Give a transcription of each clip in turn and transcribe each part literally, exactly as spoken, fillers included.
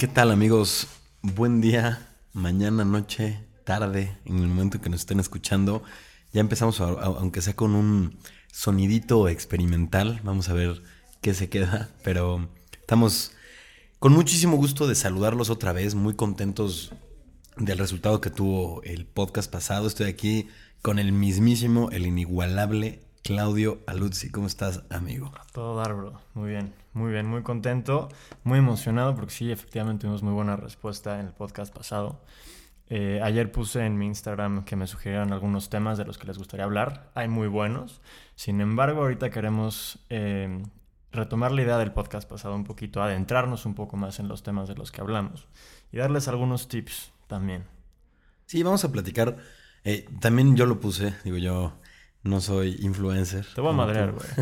¿Qué tal, amigos? Buen día, mañana, noche, tarde, en el momento que nos estén escuchando. Ya empezamos, a, a, aunque sea con un sonidito experimental. Vamos a ver qué se queda, pero estamos con muchísimo gusto de saludarlos otra vez, muy contentos del resultado que tuvo el podcast pasado. Estoy aquí con el mismísimo, el inigualable Claudio Aluzzi. ¿Cómo estás, amigo? A todo dar, bro. Muy bien, muy bien, muy contento, muy emocionado porque sí, efectivamente tuvimos muy buena respuesta en el podcast pasado. Eh, ayer puse en mi Instagram que me sugirieran algunos temas de los que les gustaría hablar. Hay muy buenos. Sin embargo, ahorita queremos eh, retomar la idea del podcast pasado un poquito, adentrarnos un poco más en los temas de los que hablamos y darles algunos tips también. Sí, vamos a platicar. Eh, también yo lo puse, digo yo, no soy influencer. Te voy a madrear, güey.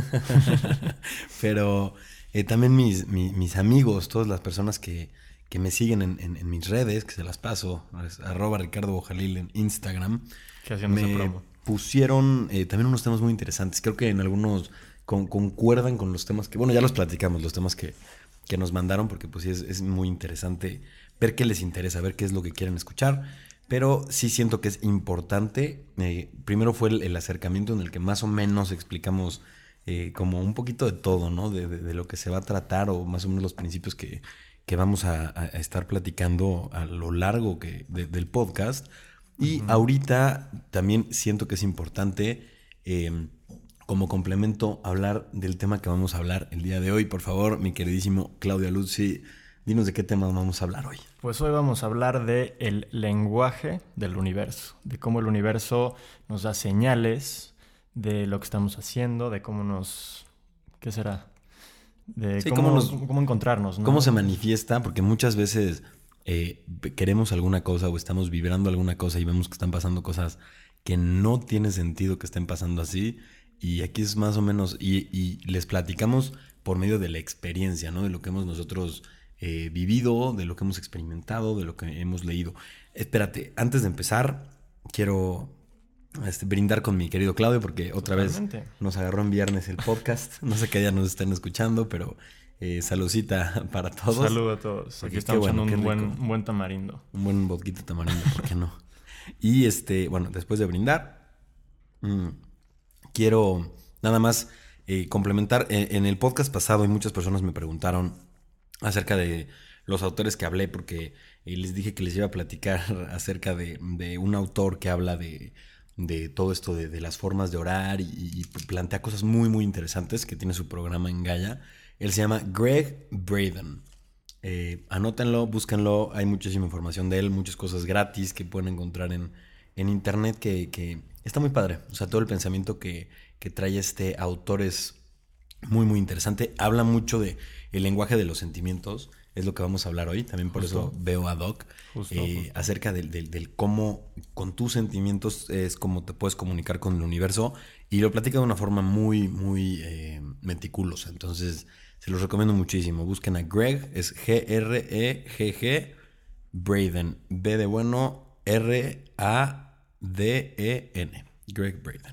Pero eh, también mis, mis, mis amigos, todas las personas que, que me siguen en, en, en mis redes, que se las paso, es arroba Ricardo Bojalil en Instagram, ¿Qué haciendo ese promo? pusieron eh, también unos temas muy interesantes. Creo que en algunos con, concuerdan con los temas que, bueno, ya los platicamos, los temas que, que nos mandaron, porque pues sí es, es muy interesante ver qué les interesa, ver qué es lo que quieren escuchar. Pero sí siento que es importante. Eh, primero fue el, el acercamiento en el que más o menos explicamos eh, como un poquito de todo, ¿no? De, de, de lo que se va a tratar o más o menos los principios que, que vamos a, a estar platicando a lo largo que, de, del podcast. Y uh-huh. ahorita también siento que es importante, eh, como complemento, hablar del tema que vamos a hablar el día de hoy. Por favor, mi queridísimo Claudio Aluzzi, dinos de qué tema vamos a hablar hoy. Pues hoy vamos a hablar de el lenguaje del universo, de cómo el universo nos da señales de lo que estamos haciendo, de cómo nos... ¿Qué será? De sí, cómo, cómo, nos, cómo encontrarnos, ¿no? Cómo se manifiesta, porque muchas veces eh, queremos alguna cosa o estamos vibrando alguna cosa y vemos que están pasando cosas que no tiene sentido que estén pasando así. Y aquí es más o menos... Y, y les platicamos por medio de la experiencia, ¿no? De lo que hemos nosotros... Eh, vivido, de lo que hemos experimentado, de lo que hemos leído. Espérate, antes de empezar, quiero este, brindar con mi querido Claudio, porque otra Totalmente. vez nos agarró en viernes el podcast. No sé qué día nos estén escuchando, pero eh, saludcita para todos. Salud a todos. Aquí estamos bueno, echando un buen, un buen tamarindo. Un buen vodquito tamarindo, ¿por qué no? Y este, bueno, después de brindar, mmm, quiero nada más eh, complementar. En, en el podcast pasado, y muchas personas me preguntaron acerca de los autores que hablé, porque eh, les dije que les iba a platicar acerca de, de un autor que habla de, de todo esto de, de las formas de orar y, y plantea cosas muy muy interesantes, que tiene su programa en Gaia. Él se llama Gregg Braden. Eh, anótenlo, búsquenlo, hay muchísima información de él, muchas cosas gratis que pueden encontrar en, en internet que, que está muy padre. O sea, todo el pensamiento que, que trae este autor es muy muy interesante. Habla mucho de el lenguaje de los sentimientos, es lo que vamos a hablar hoy. También por Justo. eso veo a Doc. Justo, eh, justo. Acerca del, del, del cómo con tus sentimientos es como te puedes comunicar con el universo. Y lo platica de una forma muy muy eh, meticulosa. Entonces se los recomiendo muchísimo. Busquen a Gregg, es G R E G G Braden, B de bueno, R A D E N, Gregg Braden.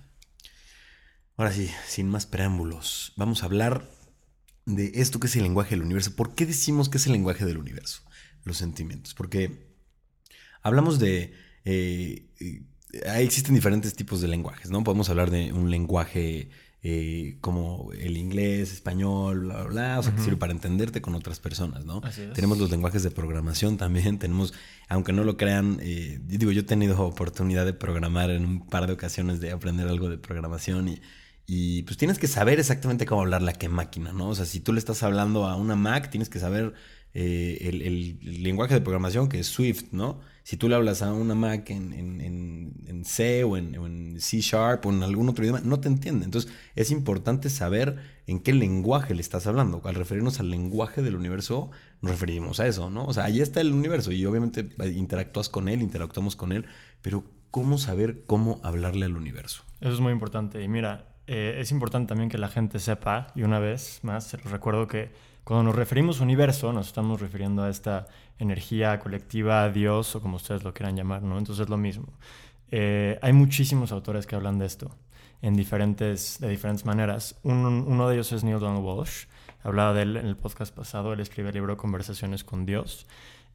Ahora sí, sin más preámbulos, vamos a hablar de esto que es el lenguaje del universo. ¿Por qué decimos que es el lenguaje del universo? Los sentimientos. Porque hablamos de... Eh, eh, existen diferentes tipos de lenguajes, ¿no? Podemos hablar de un lenguaje eh, como el inglés, español, bla, bla, bla. O sea, uh-huh. que sirve para entenderte con otras personas, ¿no? Así es. Tenemos los lenguajes de programación también. Tenemos, aunque no lo crean, eh, yo digo, yo he tenido oportunidad de programar en un par de ocasiones, de aprender algo de programación y... Y pues tienes que saber exactamente cómo hablarle a qué máquina, ¿no? O sea, si tú le estás hablando a una Mac, tienes que saber eh, el, el, el lenguaje de programación, que es Swift, ¿no? Si tú le hablas a una Mac en, en, en, en C o en, o en C Sharp o en algún otro idioma, no te entiende. Entonces es importante saber en qué lenguaje le estás hablando. Al referirnos al lenguaje del universo, nos referimos a eso, ¿no? O sea, ahí está el universo y obviamente interactúas con él, interactuamos con él, pero ¿cómo saber cómo hablarle al universo? Eso es muy importante. Y mira... Eh, es importante también que la gente sepa, y una vez más se los recuerdo que cuando nos referimos a universo nos estamos refiriendo a esta energía colectiva, a Dios o como ustedes lo quieran llamar, ¿no? Entonces es lo mismo. Eh, hay muchísimos autores que hablan de esto. en diferentes, de diferentes maneras. Un, uno de ellos es Neil Donald Walsh. Hablaba de él en el podcast pasado. Él escribe el libro Conversaciones con Dios.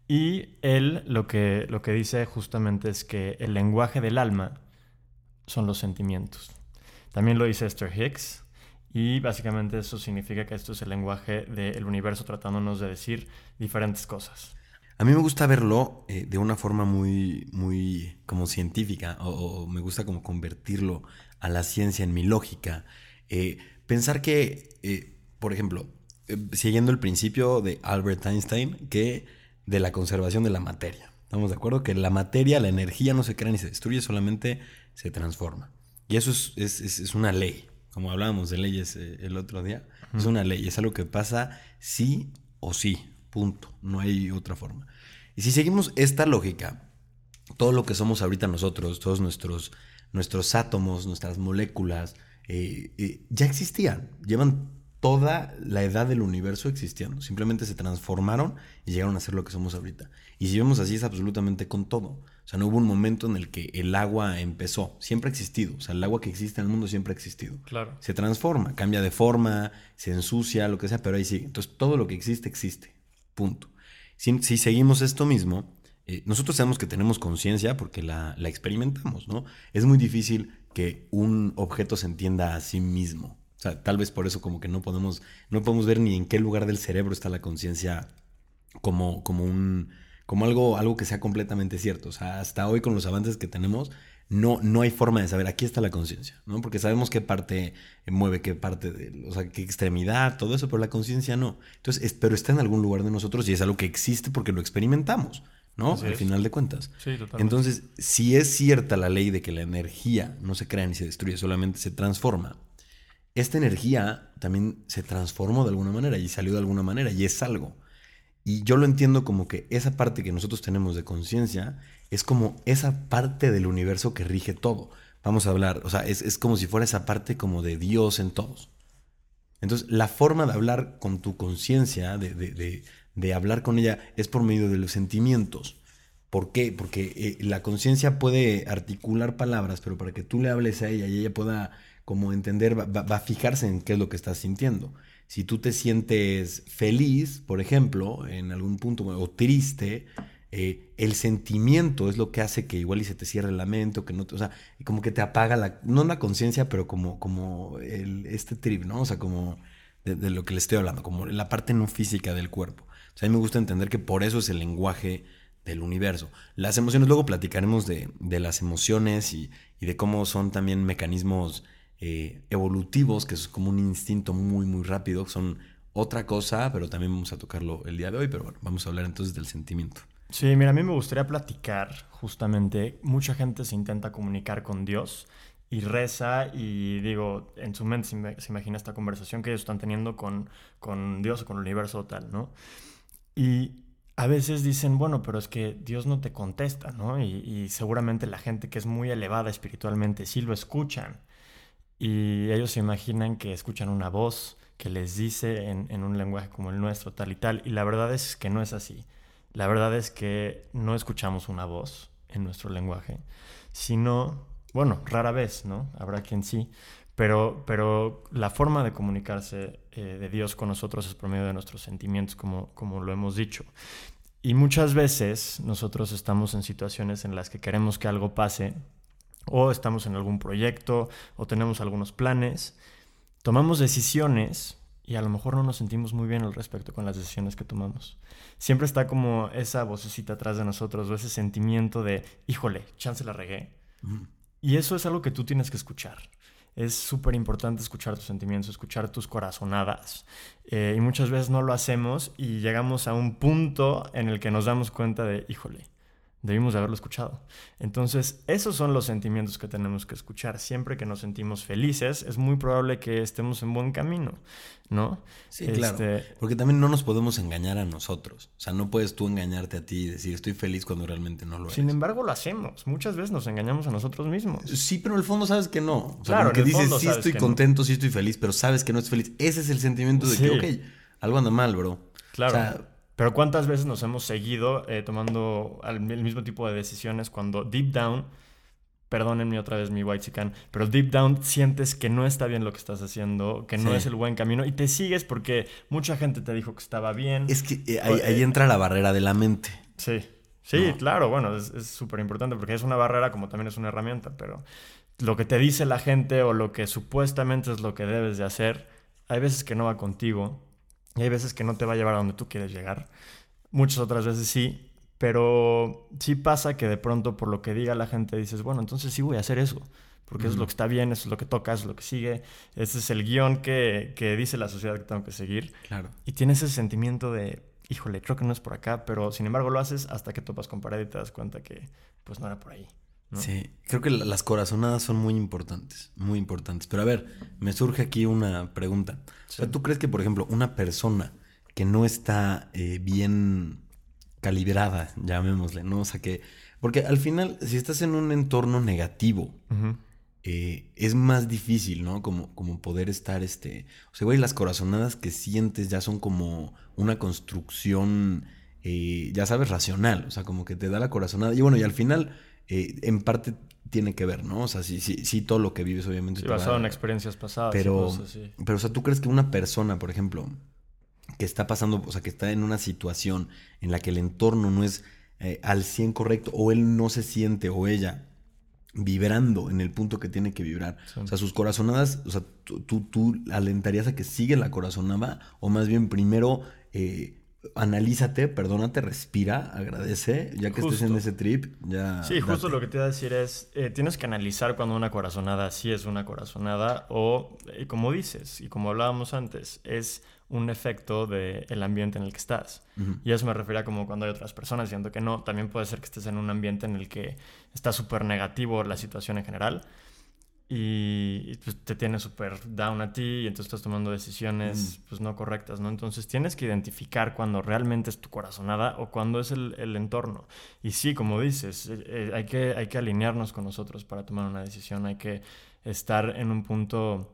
Y él lo que, lo que dice justamente es que el lenguaje del alma son los sentimientos. También lo dice Esther Hicks. Y básicamente eso significa que esto es el lenguaje del universo tratándonos de decir diferentes cosas. A mí me gusta verlo eh, de una forma muy, muy como científica, o, o me gusta como convertirlo a la ciencia en mi lógica. Eh, pensar que, eh, por ejemplo, eh, siguiendo el principio de Albert Einstein, que de la conservación de la materia. ¿Estamos de acuerdo? Que la materia, la energía no se crea ni se destruye, solamente se transforma. Y eso es, es, es, es una ley. Como hablábamos de leyes eh, el otro día, uh-huh. Es una ley, es algo que pasa sí o sí, punto, no hay otra forma. Y si seguimos esta lógica, todo lo que somos ahorita nosotros, todos nuestros, nuestros átomos, nuestras moléculas, eh, eh, ya existían, llevan toda la edad del universo existiendo, simplemente se transformaron y llegaron a ser lo que somos ahorita. Y si vemos así es absolutamente con todo. O sea, no hubo un momento en el que el agua empezó. Siempre ha existido. O sea, el agua que existe en el mundo siempre ha existido. Claro. Se transforma, cambia de forma, se ensucia, lo que sea, pero ahí sigue. Entonces, todo lo que existe, existe. Punto. Si, si seguimos esto mismo, eh, nosotros sabemos que tenemos conciencia porque la, la experimentamos, ¿no? Es muy difícil que un objeto se entienda a sí mismo. O sea, tal vez por eso como que no podemos, no podemos ver ni en qué lugar del cerebro está la conciencia como, como un... como algo, algo que sea completamente cierto. O sea, hasta hoy con los avances que tenemos, no, no hay forma de saber, aquí está la conciencia, ¿no? Porque sabemos qué parte mueve, qué parte, de, o sea, qué extremidad, todo eso, pero la conciencia no. Entonces, es, pero está en algún lugar de nosotros y es algo que existe porque lo experimentamos, ¿no? Así Al es. final de cuentas. Sí, totalmente. Entonces, si es cierta la ley de que la energía no se crea ni se destruye, solamente se transforma, esta energía también se transformó de alguna manera y salió de alguna manera y es algo. Y yo lo entiendo como que esa parte que nosotros tenemos de conciencia es como esa parte del universo que rige todo. Vamos a hablar, o sea, es, es como si fuera esa parte como de Dios en todos. Entonces, la forma de hablar con tu conciencia, de, de, de, de hablar con ella, es por medio de los sentimientos. ¿Por qué? Porque eh, la conciencia puede articular palabras, pero para que tú le hables a ella y ella pueda como entender, va, va, va a fijarse en qué es lo que estás sintiendo. Si tú te sientes feliz, por ejemplo, en algún punto, o triste, eh, el sentimiento es lo que hace que igual y se te cierre la mente, o que no te, o sea, como que te apaga la, no la conciencia, pero como, como el, este trip, ¿no? O sea, como de, de lo que le estoy hablando, como la parte no física del cuerpo. O sea, a mí me gusta entender que por eso es el lenguaje del universo. Las emociones, luego platicaremos de, de las emociones y, y de cómo son también mecanismos Eh, evolutivos, que es como un instinto muy muy rápido, son otra cosa, pero también vamos a tocarlo el día de hoy, pero bueno, vamos a hablar entonces del sentimiento. Sí, mira, a mí me gustaría platicar justamente, mucha gente se intenta comunicar con Dios y reza y digo, en su mente se, se imagina esta conversación que ellos están teniendo con, con Dios o con el universo o tal, ¿no? Y a veces dicen, bueno, pero es que Dios no te contesta, ¿no? Y, y seguramente la gente que es muy elevada espiritualmente sí lo escuchan. Y ellos se imaginan que escuchan una voz que les dice en, en un lenguaje como el nuestro, tal y tal. Y la verdad es que no es así. La verdad es que no escuchamos una voz en nuestro lenguaje, sino, bueno, rara vez, ¿no? Habrá quien sí. Pero, pero la forma de comunicarse eh, de Dios con nosotros es por medio de nuestros sentimientos, como, como lo hemos dicho. Y muchas veces nosotros estamos en situaciones en las que queremos que algo pase, o estamos en algún proyecto, o tenemos algunos planes, tomamos decisiones y a lo mejor no nos sentimos muy bien al respecto con las decisiones que tomamos. Siempre está como esa vocecita atrás de nosotros, o ese sentimiento de, híjole, chance la regué. Mm. Y eso es algo que tú tienes que escuchar. Es súper importante escuchar tus sentimientos, escuchar tus corazonadas. Eh, y muchas veces no lo hacemos y llegamos a un punto en el que nos damos cuenta de, híjole, debimos de haberlo escuchado. Entonces, esos son los sentimientos que tenemos que escuchar. Siempre que nos sentimos felices, es muy probable que estemos en buen camino, ¿no? Sí, este... claro. Porque también no nos podemos engañar a nosotros. O sea, no puedes tú engañarte a ti y decir estoy feliz cuando realmente no lo eres. Sin embargo, lo hacemos. Muchas veces nos engañamos a nosotros mismos. Sí, pero en el fondo sabes que no. O sea, claro, porque dices, sí estoy contento, no. sí estoy feliz, pero sabes que no eres feliz. Ese es el sentimiento de sí. que, ok, algo anda mal, bro. Claro. O sea, pero ¿cuántas veces nos hemos seguido eh, tomando el mismo tipo de decisiones cuando deep down perdónenme otra vez mi white chican, pero deep down sientes que no está bien lo que estás haciendo, que no Sí. es el buen camino y te sigues porque mucha gente te dijo que estaba bien. Es que eh, ahí, ahí entra la barrera de la mente. Sí, sí, No. claro, bueno, es súper importante porque es una barrera como también es una herramienta, pero lo que te dice la gente o lo que supuestamente es lo que debes de hacer, hay veces que no va contigo y hay veces que no te va a llevar a donde tú quieres llegar. Muchas otras veces sí, pero sí pasa que de pronto por lo que diga la gente dices, bueno, entonces sí voy a hacer eso, porque eso es lo que está bien, eso es lo que toca, eso es lo que sigue, ese es el guión que, que dice la sociedad que tengo que seguir. Claro. Y tienes ese sentimiento de, híjole, creo que no es por acá, pero sin embargo lo haces hasta que topas con pared y te das cuenta que pues no era por ahí, ¿no? Sí, creo que la- las corazonadas son muy importantes, muy importantes. Pero a ver, me surge aquí una pregunta. O sea, Sí. ¿tú crees que, por ejemplo, una persona que no está eh, bien calibrada, llamémosle, ¿no? O sea, que... Porque al final, si estás en un entorno negativo, Ujú. eh, es más difícil, ¿no? Como, como poder estar, este... O sea, güey, las corazonadas que sientes ya son como una construcción, eh, ya sabes, racional. O sea, como que te da la corazonada. Y bueno, y al final, eh, en parte tiene que ver, ¿no? O sea, sí, sí, sí, todo lo que vives obviamente Sí, te va- basado en experiencias pasadas y Pero, cosas así. pero, o sea, ¿tú crees que una persona, por ejemplo, que está pasando, o sea, que está en una situación en la que el entorno no es eh, al cien correcto, o él no se siente, o ella, vibrando en el punto que tiene que vibrar? Sí. O sea, sus corazonadas, o sea, tú, tú, tú alentarías a que sigue la corazonada, o más bien primero eh, analízate, perdónate, respira, agradece, ya que estés en Justo. ese trip, ya. Sí, justo date. lo que te iba a decir es, eh, tienes que analizar cuando una corazonada sí es una corazonada o, eh, como dices, y como hablábamos antes, es un efecto del ambiente en el que estás. Ujú. Y eso me refería como cuando hay otras personas, siento que no, también puede ser que estés en un ambiente en el que está súper negativo la situación en general y, y, pues te tiene súper down a ti y entonces estás tomando decisiones Mm. pues no correctas, ¿no? Entonces tienes que identificar cuando realmente es tu corazonada o cuando es el, el entorno. Y sí, como dices, eh, eh, hay que, hay que alinearnos con nosotros para tomar una decisión, hay que estar en un punto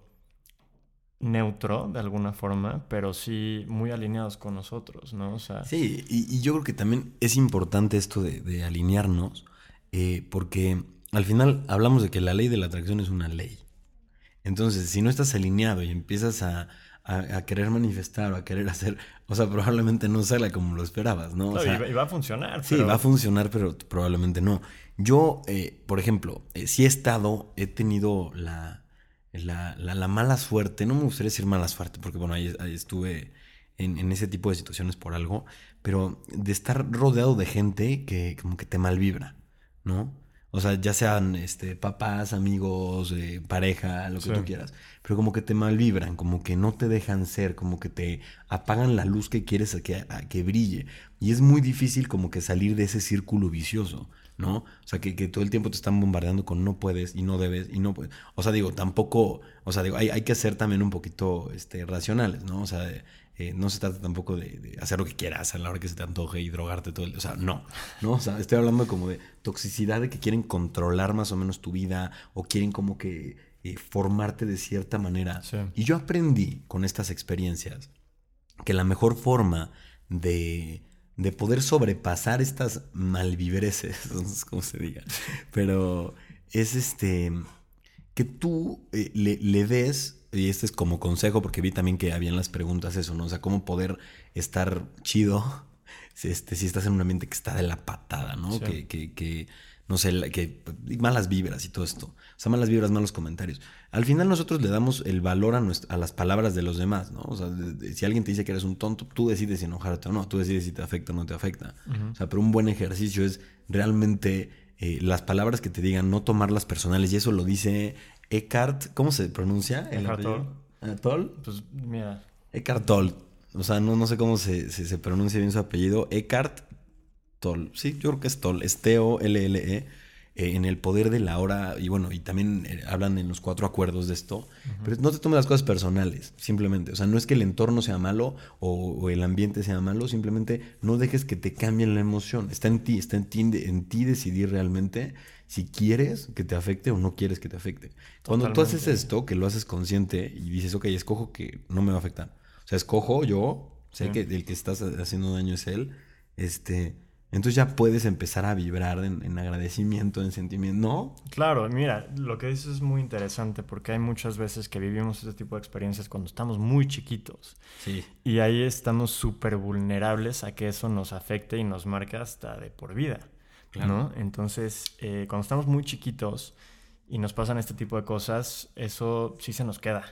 neutro de alguna forma, pero sí muy alineados con nosotros, ¿no? O sea, Sí, y, y yo creo que también es importante esto de, de alinearnos, eh, porque al final hablamos de que la ley de la atracción es una ley. Entonces, si no estás alineado y empiezas a, a, a querer manifestar o a querer hacer, o sea, probablemente no salga como lo esperabas, ¿no? O claro, sea, y, va, y va a funcionar, sí, pero... va a funcionar, pero probablemente no. Yo, eh, por ejemplo, eh, sí he estado, he tenido la, la, la, la mala suerte, no me gustaría decir mala suerte, porque bueno, ahí, ahí estuve en, en ese tipo de situaciones por algo, pero de estar rodeado de gente que como que te malvibra, ¿no? O sea, ya sean este, papás, amigos, eh, pareja, lo que Sí. tú quieras, pero como que te malvibran, como que no te dejan ser, como que te apagan la luz que quieres a que, a que brille. Y es muy difícil como que salir de ese círculo vicioso, ¿no? O sea, que, que todo el tiempo te están bombardeando con no puedes y no debes y no puedes. O sea, digo, tampoco, o sea, digo, hay, hay que ser también un poquito este, racionales, ¿no? O sea, eh, no se trata tampoco de, de hacer lo que quieras a la hora que se te antoje y drogarte todo el día. O sea, no, ¿no? O sea, estoy hablando como de toxicidad, de que quieren controlar más o menos tu vida o quieren como que eh, formarte de cierta manera. Sí. Y yo aprendí con estas experiencias que la mejor forma de, de poder sobrepasar estas malvibreces, no sé cómo se diga, pero es este que tú eh, le, le des, y este es como consejo, porque vi también que habían las preguntas eso, ¿no? O sea, cómo poder estar chido si, este, si estás en un ambiente que está de la patada, ¿no? Sí. Que, que, que, no sé, la- que malas vibras y todo esto. O sea, malas vibras, malos comentarios. Al final nosotros le damos el valor a, nuestra, a las palabras de los demás, ¿no? O sea, de- de- si alguien te dice que eres un tonto, tú decides si enojarte o no. Tú decides si te afecta o no te afecta. Ujú. O sea, pero un buen ejercicio es realmente eh, las palabras que te digan, no tomarlas personales. Y eso lo dice Eckhart, ¿cómo se pronuncia? el Eckhart apellido? Tolle. ¿Eh, Tolle? Pues mira, Eckhart Tolle. O sea, no, no sé cómo se, se, se pronuncia bien su apellido. Eckhart Tolle. Sí, yo creo que es Tolle. Es T O L L E. Eh, en el poder de la hora. Y bueno, y también eh, hablan en los cuatro acuerdos de esto. uh-huh. Pero no te tomes las cosas personales, simplemente. O sea, no es que el entorno sea malo o, o el ambiente sea malo. Simplemente no dejes que te cambien la emoción. Está en ti, está en ti, en ti decidir realmente si quieres que te afecte o no quieres que te afecte. Cuando tú haces Totalmente. esto, que lo haces consciente y dices, ok, escojo que no me va a afectar. O sea, escojo yo, sé Sí. que el que estás haciendo daño es él, este, Entonces ya puedes empezar a vibrar en, en agradecimiento, en sentimiento, ¿no? Claro, mira, lo que dices es muy interesante porque hay muchas veces que vivimos este tipo de experiencias cuando estamos muy chiquitos. Sí. Y ahí estamos súper vulnerables a que eso nos afecte y nos marque hasta de por vida, claro. ¿No? Entonces, eh, cuando estamos muy chiquitos y nos pasan este tipo de cosas, eso sí se nos queda.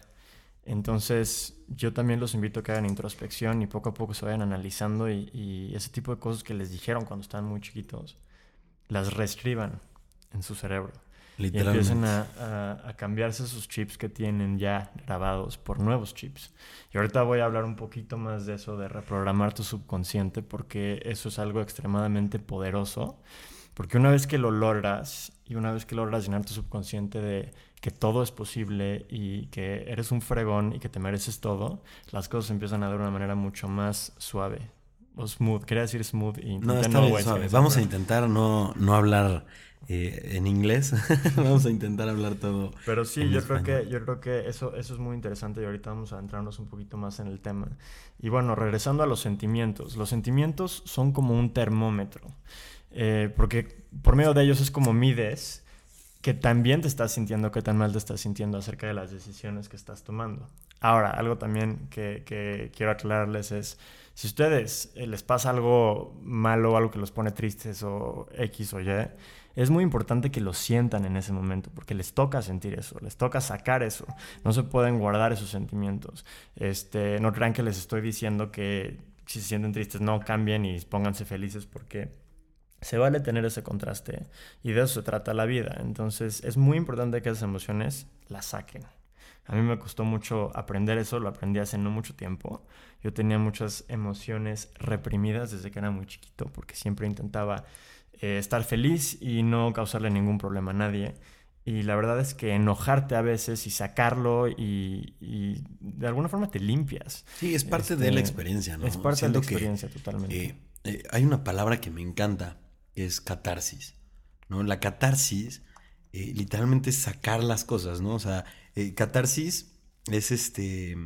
Entonces, yo también los invito a que hagan introspección y poco a poco se vayan analizando y, y ese tipo de cosas que les dijeron cuando estaban muy chiquitos, las reescriban en su cerebro. Y empiecen a, a, a cambiarse esos chips que tienen ya grabados por nuevos chips. Y ahorita voy a hablar un poquito más de eso, de reprogramar tu subconsciente, porque eso es algo extremadamente poderoso. Porque una vez que lo logras, y una vez que logras llenar tu subconsciente de que todo es posible y que eres un fregón y que te mereces todo, las cosas empiezan a dar de una manera mucho más suave. O smooth. Quería decir smooth y no, está no, bien suave. Vamos a intentar no, no hablar eh, en inglés. Vamos a intentar hablar todo. Pero sí, yo creo que, yo creo que eso, eso es muy interesante y ahorita vamos a entrarnos un poquito más en el tema. Y bueno, regresando a los sentimientos. Los sentimientos son como un termómetro. Eh, porque por medio de ellos es como mides que tan bien te estás sintiendo, que tan mal te estás sintiendo acerca de las decisiones que estás tomando. Ahora, algo también que, que quiero aclararles es, si a ustedes eh, les pasa algo malo, algo que los pone tristes o X o Y, es muy importante que lo sientan en ese momento, porque les toca sentir eso, les toca sacar eso. No se pueden guardar esos sentimientos. Este, no crean que les estoy diciendo que si se sienten tristes no cambien y pónganse felices, porque se vale tener ese contraste y de eso se trata la vida. Entonces es muy importante que esas emociones las saquen. A mí me costó mucho aprender eso, lo aprendí hace no mucho tiempo. Yo tenía muchas emociones reprimidas desde que era muy chiquito porque siempre intentaba eh, estar feliz y no causarle ningún problema a nadie. Y la verdad es que enojarte a veces y sacarlo y, y de alguna forma te limpias. Sí, es parte este, de la experiencia, ¿no? Es parte Siento de la experiencia, que, totalmente. Eh, eh, hay una palabra que me encanta, que es catarsis, ¿no? La catarsis eh, literalmente es sacar las cosas, ¿no? O sea, eh, catarsis es este...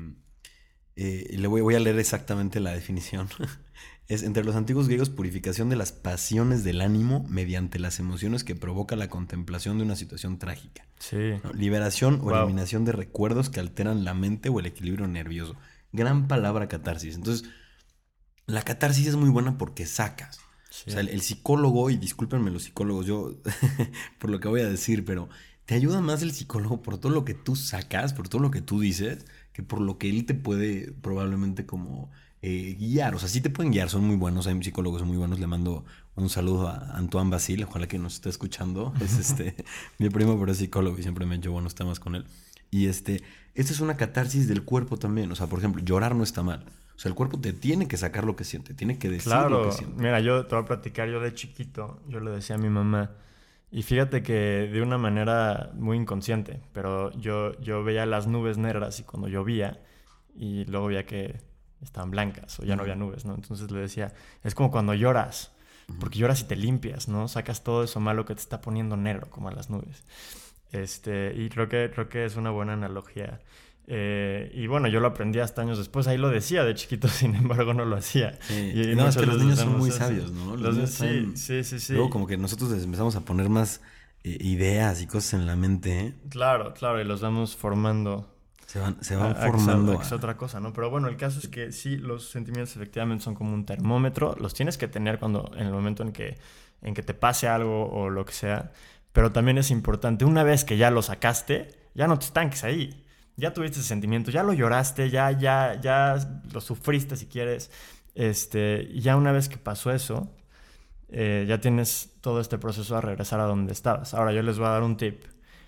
Eh, le voy, voy a leer exactamente la definición. Es entre los antiguos griegos purificación de las pasiones del ánimo mediante las emociones que provoca la contemplación de una situación trágica. Sí. ¿No? Liberación Wow. o eliminación de recuerdos que alteran la mente o el equilibrio nervioso. Gran palabra catarsis. Entonces, la catarsis es muy buena porque sacas. Sí. O sea, el, el psicólogo, y discúlpenme los psicólogos, yo por lo que voy a decir, pero te ayuda más el psicólogo por todo lo que tú sacas, por todo lo que tú dices, que por lo que él te puede probablemente como eh, guiar. O sea, sí te pueden guiar, son muy buenos, hay psicólogos muy buenos. Le mando un saludo a Antoine Basile, ojalá que nos esté escuchando. Es este mi primo, pero es psicólogo y siempre me he hecho buenos temas con él. Y este, esta es una catarsis del cuerpo también. O sea, por ejemplo, llorar no está mal. O sea, el cuerpo te tiene que sacar lo que siente, tiene que decir claro, lo que siente. Mira, yo te voy a platicar, yo de chiquito, yo le decía a mi mamá, y fíjate que de una manera muy inconsciente, pero yo, yo veía las nubes negras y cuando llovía, y luego veía que estaban blancas o ya no había nubes, ¿no? Entonces le decía, es como cuando lloras, porque lloras y te limpias, ¿no? Sacas todo eso malo que te está poniendo negro, como a las nubes. Este, y creo que, creo que es una buena analogía. Eh, y bueno, yo lo aprendí hasta años después. Ahí lo decía de chiquito, sin embargo no lo hacía. Sí. Y, y no, es que los niños son muy sabios, ¿no? Los, los niños sí, están... sí, sí, sí. Luego como que nosotros les empezamos a poner más eh, ideas y cosas en la mente, ¿eh? Claro, claro, y los vamos formando. Se van, se van a, formando. A, a, a, es otra cosa, ¿no? Pero bueno, el caso es que sí, los sentimientos efectivamente son como un termómetro. Los tienes que tener cuando, en el momento en que, en que te pase algo o lo que sea. Pero también es importante, una vez que ya lo sacaste, ya no te estanques ahí. Ya tuviste ese sentimiento, ya lo lloraste, ya, ya, ya lo sufriste si quieres. Este, y ya una vez que pasó eso, eh, ya tienes todo este proceso a regresar a donde estabas. Ahora yo les voy a dar un tip.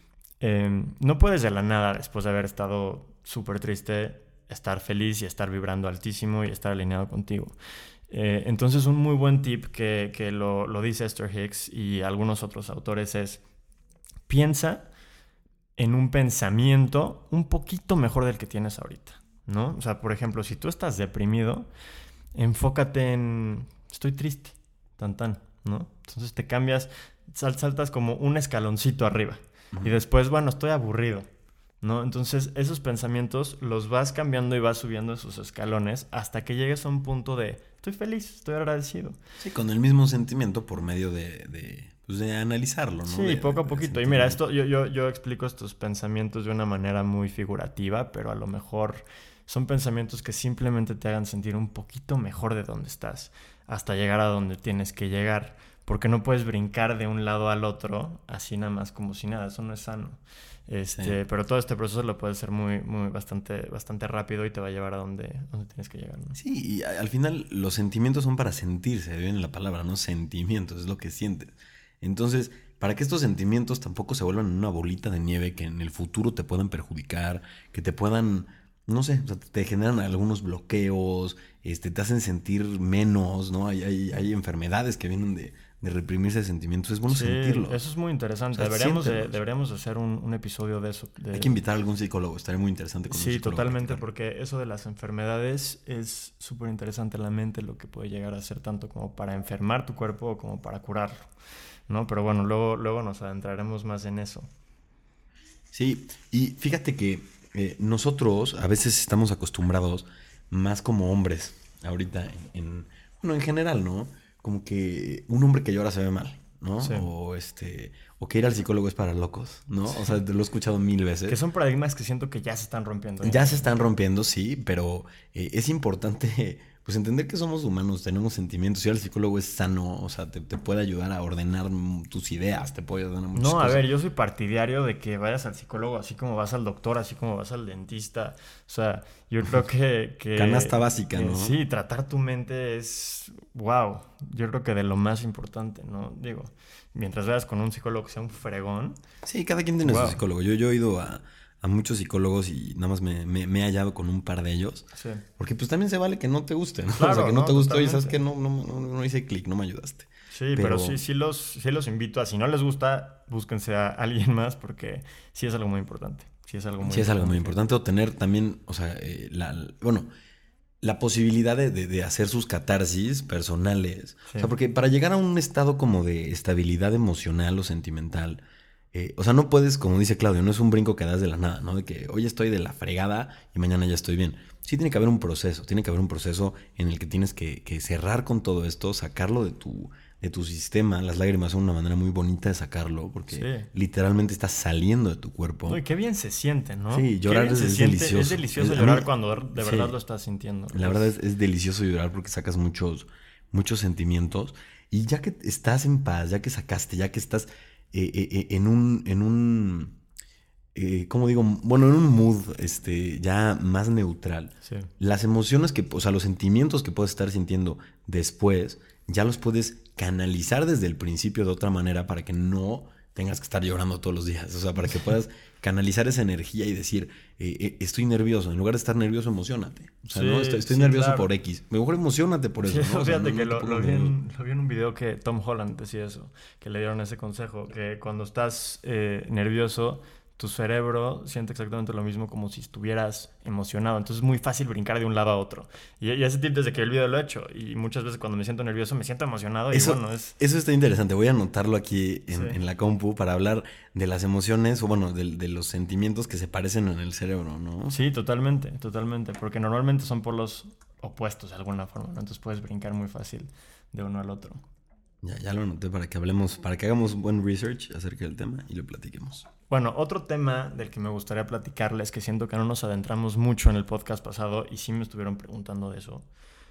Eh, no puedes de la nada, después de haber estado súper triste, estar feliz y estar vibrando altísimo y estar alineado contigo. Eh, entonces un muy buen tip que, que lo, lo dice Esther Hicks y algunos otros autores es: piensa en un pensamiento un poquito mejor del que tienes ahorita, ¿no? O sea, por ejemplo, si tú estás deprimido, enfócate en estoy triste, tan tan, ¿no? Entonces te cambias, sal, saltas como un escaloncito arriba. Uh-huh. Y después, bueno, estoy aburrido, ¿no? Entonces esos pensamientos los vas cambiando y vas subiendo esos escalones hasta que llegues a un punto de estoy feliz, estoy agradecido. Sí, con el mismo sentimiento por medio de, de, pues de analizarlo, ¿no? Sí, de, poco a de, poquito. de Y mira, esto yo, yo, yo explico estos pensamientos de una manera muy figurativa, pero a lo mejor son pensamientos que simplemente te hagan sentir un poquito mejor de donde estás, hasta llegar a donde tienes que llegar. Porque no puedes brincar de un lado al otro así nada más como si nada, eso no es sano. Este, sí. Pero todo este proceso lo puedes hacer muy, muy bastante, bastante rápido y te va a llevar a donde, donde tienes que llegar, ¿no? Sí, y al final los sentimientos son para sentirse, viene la palabra, ¿no? Sentimientos, es lo que sientes. Entonces, para que estos sentimientos tampoco se vuelvan una bolita de nieve que en el futuro te puedan perjudicar, que te puedan, no sé, o sea, te generan algunos bloqueos, este, te hacen sentir menos, ¿no? Hay, hay, hay enfermedades que vienen de, de reprimirse sentimientos. Es bueno sí, sentirlos. Eso es muy interesante. O sea, deberíamos, de, deberíamos hacer un, un episodio de eso. De... Hay que invitar a algún psicólogo. Estaría muy interesante con sí, un psicólogo. Sí, totalmente, porque eso de las enfermedades es súper interesante en la mente, lo que puede llegar a ser tanto como para enfermar tu cuerpo como para curarlo, ¿no? Pero bueno, luego, luego nos adentraremos más en eso. Sí, y fíjate que eh, nosotros a veces estamos acostumbrados más como hombres ahorita en, en bueno, en general, ¿no? Como que un hombre que llora se ve mal, ¿no? Sí. O este o que ir al psicólogo es para locos, ¿no? O sea, te lo he escuchado mil veces. Que son paradigmas que siento que ya se están rompiendo. Ya, ya se están rompiendo, sí, pero eh, es importante pues entender que somos humanos, tenemos sentimientos. Y el psicólogo es sano, o sea, te, te puede ayudar a ordenar tus ideas, te puede ayudar a muchas No, cosas. a ver, yo soy partidario de que vayas al psicólogo así como vas al doctor, así como vas al dentista. O sea, yo creo que... que Canasta básica, que, ¿no? Sí, tratar tu mente es... wow, yo creo que de lo más importante, ¿no? Digo, mientras vayas con un psicólogo que sea un fregón... Sí, cada quien tiene wow. su psicólogo. Yo, yo he ido a... a muchos psicólogos y nada más me, me, me he hallado con un par de ellos. Sí. Porque pues también se vale que no te guste, ¿no? Claro, o sea, que no, no te gustó totalmente. y sabes que no, no, no, no hice clic, no me ayudaste. Sí, pero, pero sí, sí, los, sí los invito a, si no les gusta, búsquense a alguien más porque sí es algo muy importante. Sí es algo muy, sí es algo muy importante. O tener también, o sea, eh, la, bueno, la posibilidad de, de, de hacer sus catarsis personales. Sí. O sea, porque para llegar a un estado como de estabilidad emocional o sentimental... Eh, o sea, no puedes, como dice Claudio, no es un brinco que das de la nada, ¿no? De que hoy estoy de la fregada y mañana ya estoy bien. Sí tiene que haber un proceso, tiene que haber un proceso en el que tienes que, que cerrar con todo esto, sacarlo de tu, de tu sistema. Las lágrimas son una manera muy bonita de sacarlo porque sí. literalmente estás saliendo de tu cuerpo. Uy, qué bien se siente, ¿no? Sí, llorar es, es delicioso. Es delicioso es, llorar mí, cuando de verdad sí, lo estás sintiendo. La verdad es, es delicioso llorar porque sacas muchos, muchos sentimientos y ya que estás en paz, ya que sacaste, ya que estás... Eh, eh, en un, en un eh, ¿cómo digo? Bueno, en un mood este, ya más neutral. Sí. Las emociones que, o sea, los sentimientos que puedes estar sintiendo después, ya los puedes canalizar desde el principio de otra manera para que no tengas que estar llorando todos los días. O sea, para que puedas canalizar esa energía y decir, eh, eh, estoy nervioso. En lugar de estar nervioso, emocionate. O sea, sí, no, estoy, estoy sí, nervioso claro. por X. Mejor emocionate por eso. Sí, ¿no? O fíjate sea, no, que no lo, lo, vi en, lo vi en un video que Tom Holland decía eso, que le dieron ese consejo, que cuando estás eh, nervioso, tu cerebro siente exactamente lo mismo como si estuvieras emocionado. Entonces es muy fácil brincar de un lado a otro. Y, y ese tip desde que el video lo he hecho. Y muchas veces cuando me siento nervioso me siento emocionado. Eso, y bueno, es... eso está interesante. Voy a anotarlo aquí en, sí. en la compu para hablar de las emociones o bueno, de, de los sentimientos que se parecen en el cerebro, ¿no? Sí, totalmente, totalmente. Porque normalmente son polos opuestos de alguna forma, ¿no? Entonces puedes brincar muy fácil de uno al otro. Ya, ya lo anoté para que hablemos, para que hagamos buen research acerca del tema y lo platiquemos. Bueno, otro tema del que me gustaría platicarles, que siento que no nos adentramos mucho en el podcast pasado y sí me estuvieron preguntando de eso,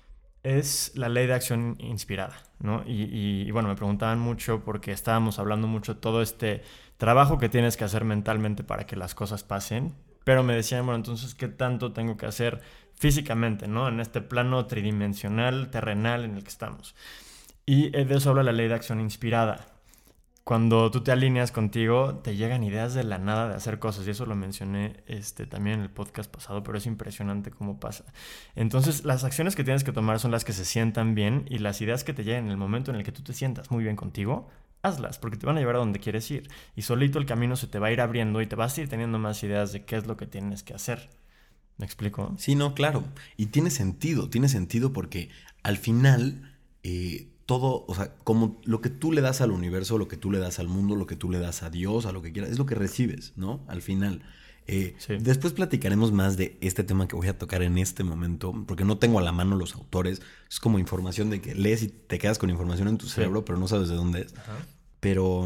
es la ley de acción inspirada, ¿no? Y, y, y bueno, me preguntaban mucho porque estábamos hablando mucho de todo este trabajo que tienes que hacer mentalmente para que las cosas pasen, pero me decían, bueno, entonces, ¿qué tanto tengo que hacer físicamente, ¿no? En este plano tridimensional, terrenal en el que estamos. Y de eso habla la ley de acción inspirada. Cuando tú te alineas contigo, te llegan ideas de la nada de hacer cosas. Y eso lo mencioné este, también en el podcast pasado, pero es impresionante cómo pasa. Entonces, las acciones que tienes que tomar son las que se sientan bien y las ideas que te lleguen en el momento en el que tú te sientas muy bien contigo, hazlas, porque te van a llevar a donde quieres ir. Y solito el camino se te va a ir abriendo y te vas a ir teniendo más ideas de qué es lo que tienes que hacer. ¿Me explico? Sí, no, claro. Y tiene sentido, tiene sentido porque al final... Eh, todo, o sea, como lo que tú le das al universo, lo que tú le das al mundo, lo que tú le das a Dios, a lo que quieras, es lo que recibes, ¿no? Al final. Eh, Sí. Después platicaremos más de este tema que voy a tocar en este momento, porque no tengo a la mano los autores. Es como información de que lees y te quedas con información en tu Sí. cerebro, pero no sabes de dónde es. Ajá. Pero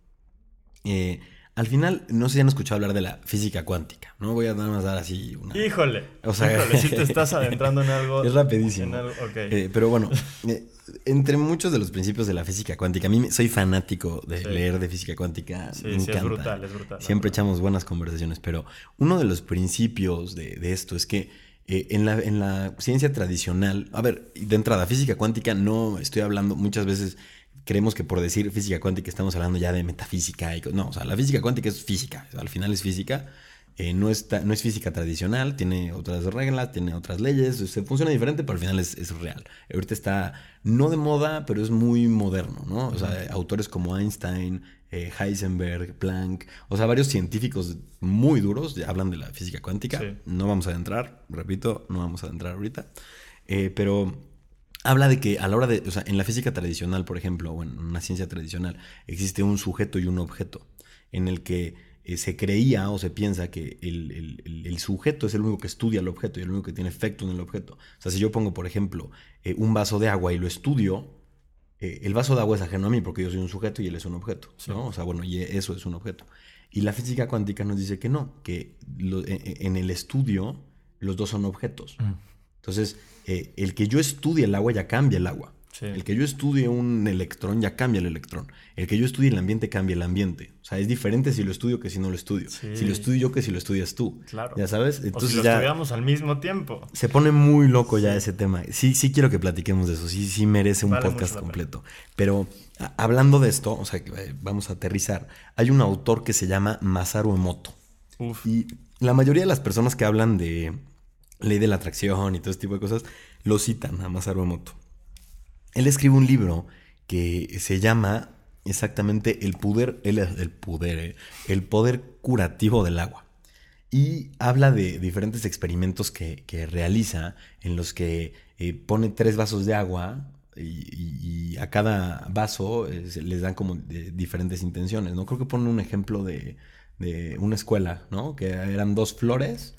eh, al final, no sé si han escuchado hablar de la física cuántica. No voy a nada más dar así una... Híjole, O sea, híjole, si te estás adentrando en algo. Es rapidísimo. en algo- ok. Eh, pero bueno, eh, entre muchos de los principios de la física cuántica, a mí me- soy fanático de Sí. leer de física cuántica. Sí, me sí, es encanta. brutal, es brutal. la Siempre verdad. echamos buenas conversaciones, pero uno de los principios de, de esto es que eh, en, la, en la ciencia tradicional, a ver, de entrada, física cuántica no estoy hablando, muchas veces creemos que por decir física cuántica estamos hablando ya de metafísica. Y, co- no, o sea, la física cuántica es física, al final es física. Eh, no, está, no es física tradicional, tiene otras reglas, tiene otras leyes, se funciona diferente, pero al final es, es real. Ahorita está no de moda, pero es muy moderno, ¿no? O sea, Ujú. autores como Einstein, eh, Heisenberg, Planck, o sea, varios científicos muy duros ya hablan de la física cuántica. Sí. No vamos a adentrar, repito, no vamos a adentrar ahorita. Eh, pero habla de que a la hora de, o sea, en la física tradicional, por ejemplo, o en una ciencia tradicional, existe un sujeto y un objeto, en el que eh, se creía o se piensa que el, el- el- el sujeto es el único que estudia el objeto y el único que tiene efecto en el objeto. O sea, si yo pongo, por ejemplo, eh, un vaso de agua y lo estudio, eh, el vaso de agua es ajeno a mí porque yo soy un sujeto y él es un objeto, Sí. ¿no? O sea, bueno, y eso es un objeto. Y la física cuántica nos dice que no, que lo- en, en el estudio los dos son objetos. Mm, Entonces, eh, el que yo estudie el agua ya cambia el agua. Sí. El que yo estudie un electrón ya cambia el electrón. El que yo estudie el ambiente cambia el ambiente. O sea, es diferente si lo estudio que si no lo estudio. Sí. Si lo estudio yo que si lo estudias tú. Claro. ¿Ya sabes? O si Entonces lo ya estudiamos al mismo tiempo. se pone muy loco ya Sí. ese tema. Sí, sí quiero que platiquemos de eso. Sí, sí merece un Vale podcast mucho la completo. Pero a- hablando de esto, o sea, que, eh, vamos a aterrizar. Hay un autor que se llama Masaru Emoto. Uf. Y la mayoría de las personas que hablan de ley de la atracción y todo este tipo de cosas lo citan a Masaru Emoto. Él escribe un libro que se llama exactamente El poder, el, el poder, eh, el poder curativo del agua. Y habla de diferentes experimentos que, que realiza en los que eh, pone tres vasos de agua y, y- y a cada vaso eh, se les dan como de diferentes intenciones, ¿no? Creo que pone un ejemplo de, de una escuela, ¿no? Que eran dos flores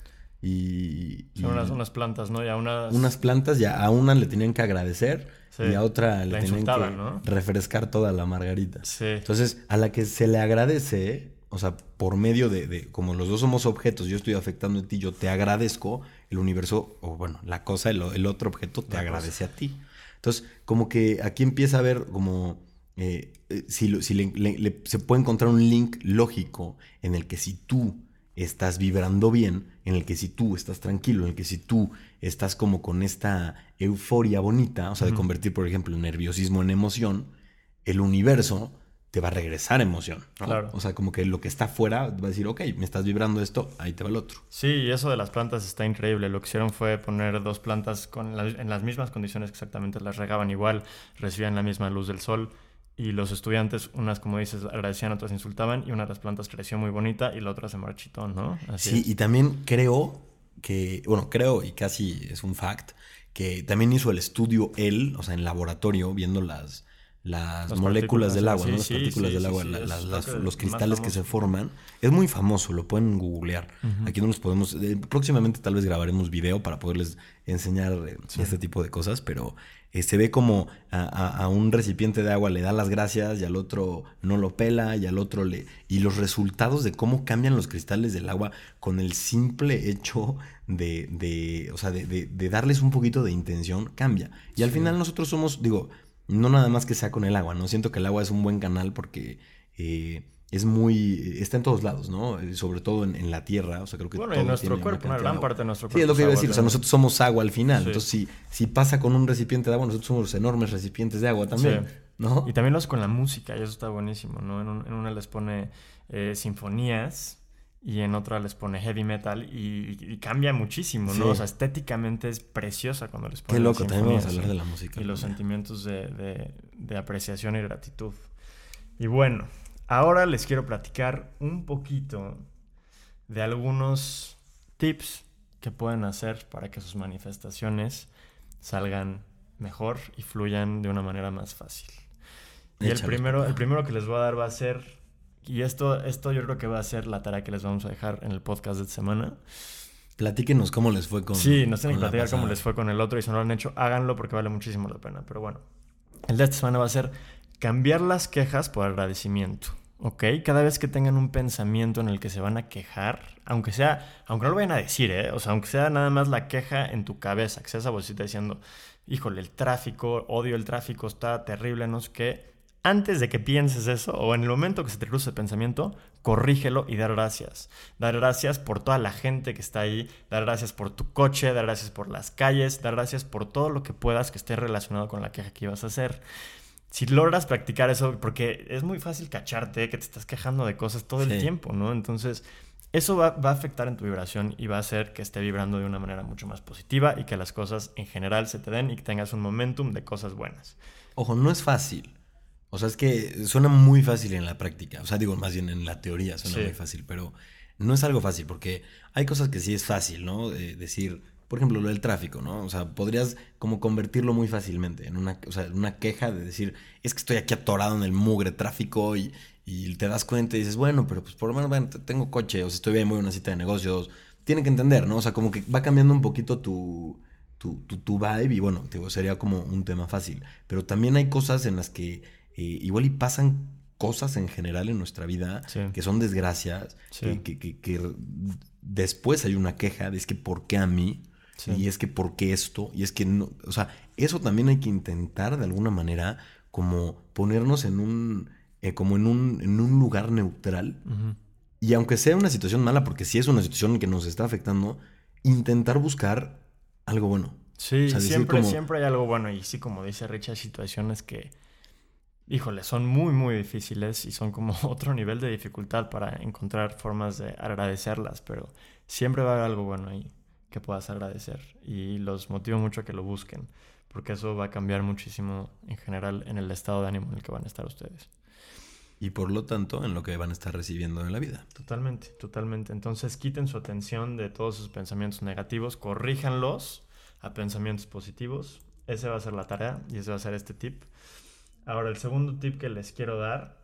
y... y Son unas, unas plantas, ¿no? Y a unas... unas plantas, ya a una le tenían que agradecer Sí. y a otra La le tenían que insultaban, ¿no? refrescar toda la margarita. Sí. Entonces, a la que se le agradece, o sea, por medio de, de- como los dos somos objetos, yo estoy afectando a ti, yo te agradezco, el universo, o bueno, la cosa, el, el otro objeto te La agradece a ti. Entonces, como que aquí empieza a ver como... eh, eh, si lo- si le- le- le- se puede encontrar un link lógico en el que si tú estás vibrando bien, en el que si tú estás tranquilo, en el que si tú estás como con esta euforia bonita, o sea, de Ujú. convertir, por ejemplo, el nerviosismo en emoción, el universo te va a regresar emoción, ¿no? Claro. O sea, como que lo que está afuera va a decir, ok, me estás vibrando esto, ahí te va el otro. Sí, y eso de las plantas está increíble. Lo que hicieron fue poner dos plantas con la- en las mismas condiciones exactamente, las regaban igual, recibían la misma luz del sol y los estudiantes, unas como dices, agradecían, otras insultaban y una de las plantas creció muy bonita y la otra se marchitó, ¿no? Así Sí, es. y también creo que, bueno, creo y casi es un fact, que también hizo el estudio él, o sea, en laboratorio, viendo las, las, Las moléculas partículas, del agua, sí, ¿no? Las sí, partículas sí, del sí, agua, sí, la- es las- creo las- que los más cristales que se famoso. forman. Es muy famoso, lo pueden googlear. Ujú. Aquí no los podemos... eh, próximamente tal vez grabaremos video para poderles enseñar eh, Sí. este tipo de cosas, pero eh, se ve como a, a- a un recipiente de agua le da las gracias y al otro no lo pela y al otro le... Y los resultados de cómo cambian los cristales del agua con el simple hecho de, de o sea, de, de- de darles un poquito de intención, cambia. Y al Sí. final nosotros somos, digo, no nada más que sea con el agua, ¿no? Siento que el agua es un buen canal porque eh, es muy... está en todos lados, ¿no? Eh, Sobre todo en, en la tierra, o sea, creo que Bueno, y todo nuestro tiene una cuerpo, una cantidad gran de agua. parte de nuestro Sí, cuerpo es lo que iba a es decir, agua o sea, también. nosotros somos agua al final, Sí. entonces si, si pasa con un recipiente de agua, nosotros somos enormes recipientes de agua también, Sí. ¿no? Y también los con la música, y eso está buenísimo, ¿no? En, un- en una les pone eh, sinfonías y en otra les pone heavy metal y, y cambia muchísimo, ¿no? Sí. O sea, estéticamente es preciosa cuando les Qué ponen loco, también vamos a sinfonías, hablar de ¿sí? la música. Y los ¿no? sentimientos de, de- de apreciación y gratitud. Y bueno, ahora les quiero platicar un poquito de algunos tips que pueden hacer para que sus manifestaciones salgan mejor y fluyan de una manera más fácil. Y el Échalos, primero, papá. el primero que les voy a dar va a ser Y esto, esto yo creo que va a ser la tarea que les vamos a dejar en el podcast de esta semana. Platíquenos cómo les fue con... Sí, nos tienen que con la platicar cómo pasada. les fue con el otro y si no lo han hecho, háganlo porque vale muchísimo la pena. Pero bueno, el de esta semana va a ser cambiar las quejas por agradecimiento. ¿Ok? Cada vez que tengan un pensamiento en el que se van a quejar, aunque sea, aunque no lo vayan a decir, ¿eh? O sea, aunque sea nada más la queja en tu cabeza, que sea esa vocecita diciendo, híjole, el tráfico, odio el tráfico, está terrible, no sé qué. Antes de que pienses eso, o en el momento que se te cruce el pensamiento, corrígelo y dar gracias. Dar gracias por toda la gente que está ahí, dar gracias por tu coche, dar gracias por las calles, dar gracias por todo lo que puedas que esté relacionado con la queja que ibas a hacer. Si logras practicar eso, porque es muy fácil cacharte que te estás quejando de cosas todo el Sí. tiempo, ¿no? Entonces, eso va, va a afectar en tu vibración y va a hacer que esté vibrando de una manera mucho más positiva y que las cosas en general se te den y que tengas un momentum de cosas buenas. Ojo, no es fácil. O sea, es que suena muy fácil en la práctica. O sea, digo, más bien en la teoría suena Sí. muy fácil, pero no es algo fácil porque hay cosas que sí es fácil, ¿no? Eh, decir, por ejemplo, lo del tráfico, ¿no? O sea, podrías como convertirlo muy fácilmente en una, o sea, en una queja de decir, es que estoy aquí atorado en el mugre tráfico y, y te das cuenta y dices, bueno, pero pues por lo menos bueno, tengo coche, o sea, estoy bien, voy a una cita de negocios. Tiene que entender, ¿no? O sea, como que va cambiando un poquito tu, tu, tu, tu vibe y bueno, digo, sería como un tema fácil. Pero también hay cosas en las que eh, igual y pasan cosas en general en nuestra vida Sí. que son desgracias, Sí. que, que, que, que después hay una queja de es que ¿por qué a mí? Sí. Y es que ¿por qué esto? Y es que no, o sea, eso también hay que intentar de alguna manera como ponernos en un, eh, como en un, en un lugar neutral. Ujú. Y aunque sea una situación mala, porque sí es una situación que nos está afectando, intentar buscar algo bueno. Sí, O sea, decir siempre, como- siempre hay algo bueno. Y sí, como dice Rich, hay situaciones que, híjole, son muy, muy difíciles y son como otro nivel de dificultad para encontrar formas de agradecerlas. Pero siempre va a haber algo bueno ahí que puedas agradecer. Y los motivo mucho a que lo busquen, porque eso va a cambiar muchísimo en general en el estado de ánimo en el que van a estar ustedes. Y por lo tanto, en lo que van a estar recibiendo en la vida. Totalmente, totalmente. Entonces quiten su atención de todos sus pensamientos negativos, corríjanlos a pensamientos positivos. Esa va a ser la tarea y ese va a ser este tip. Ahora, el segundo tip que les quiero dar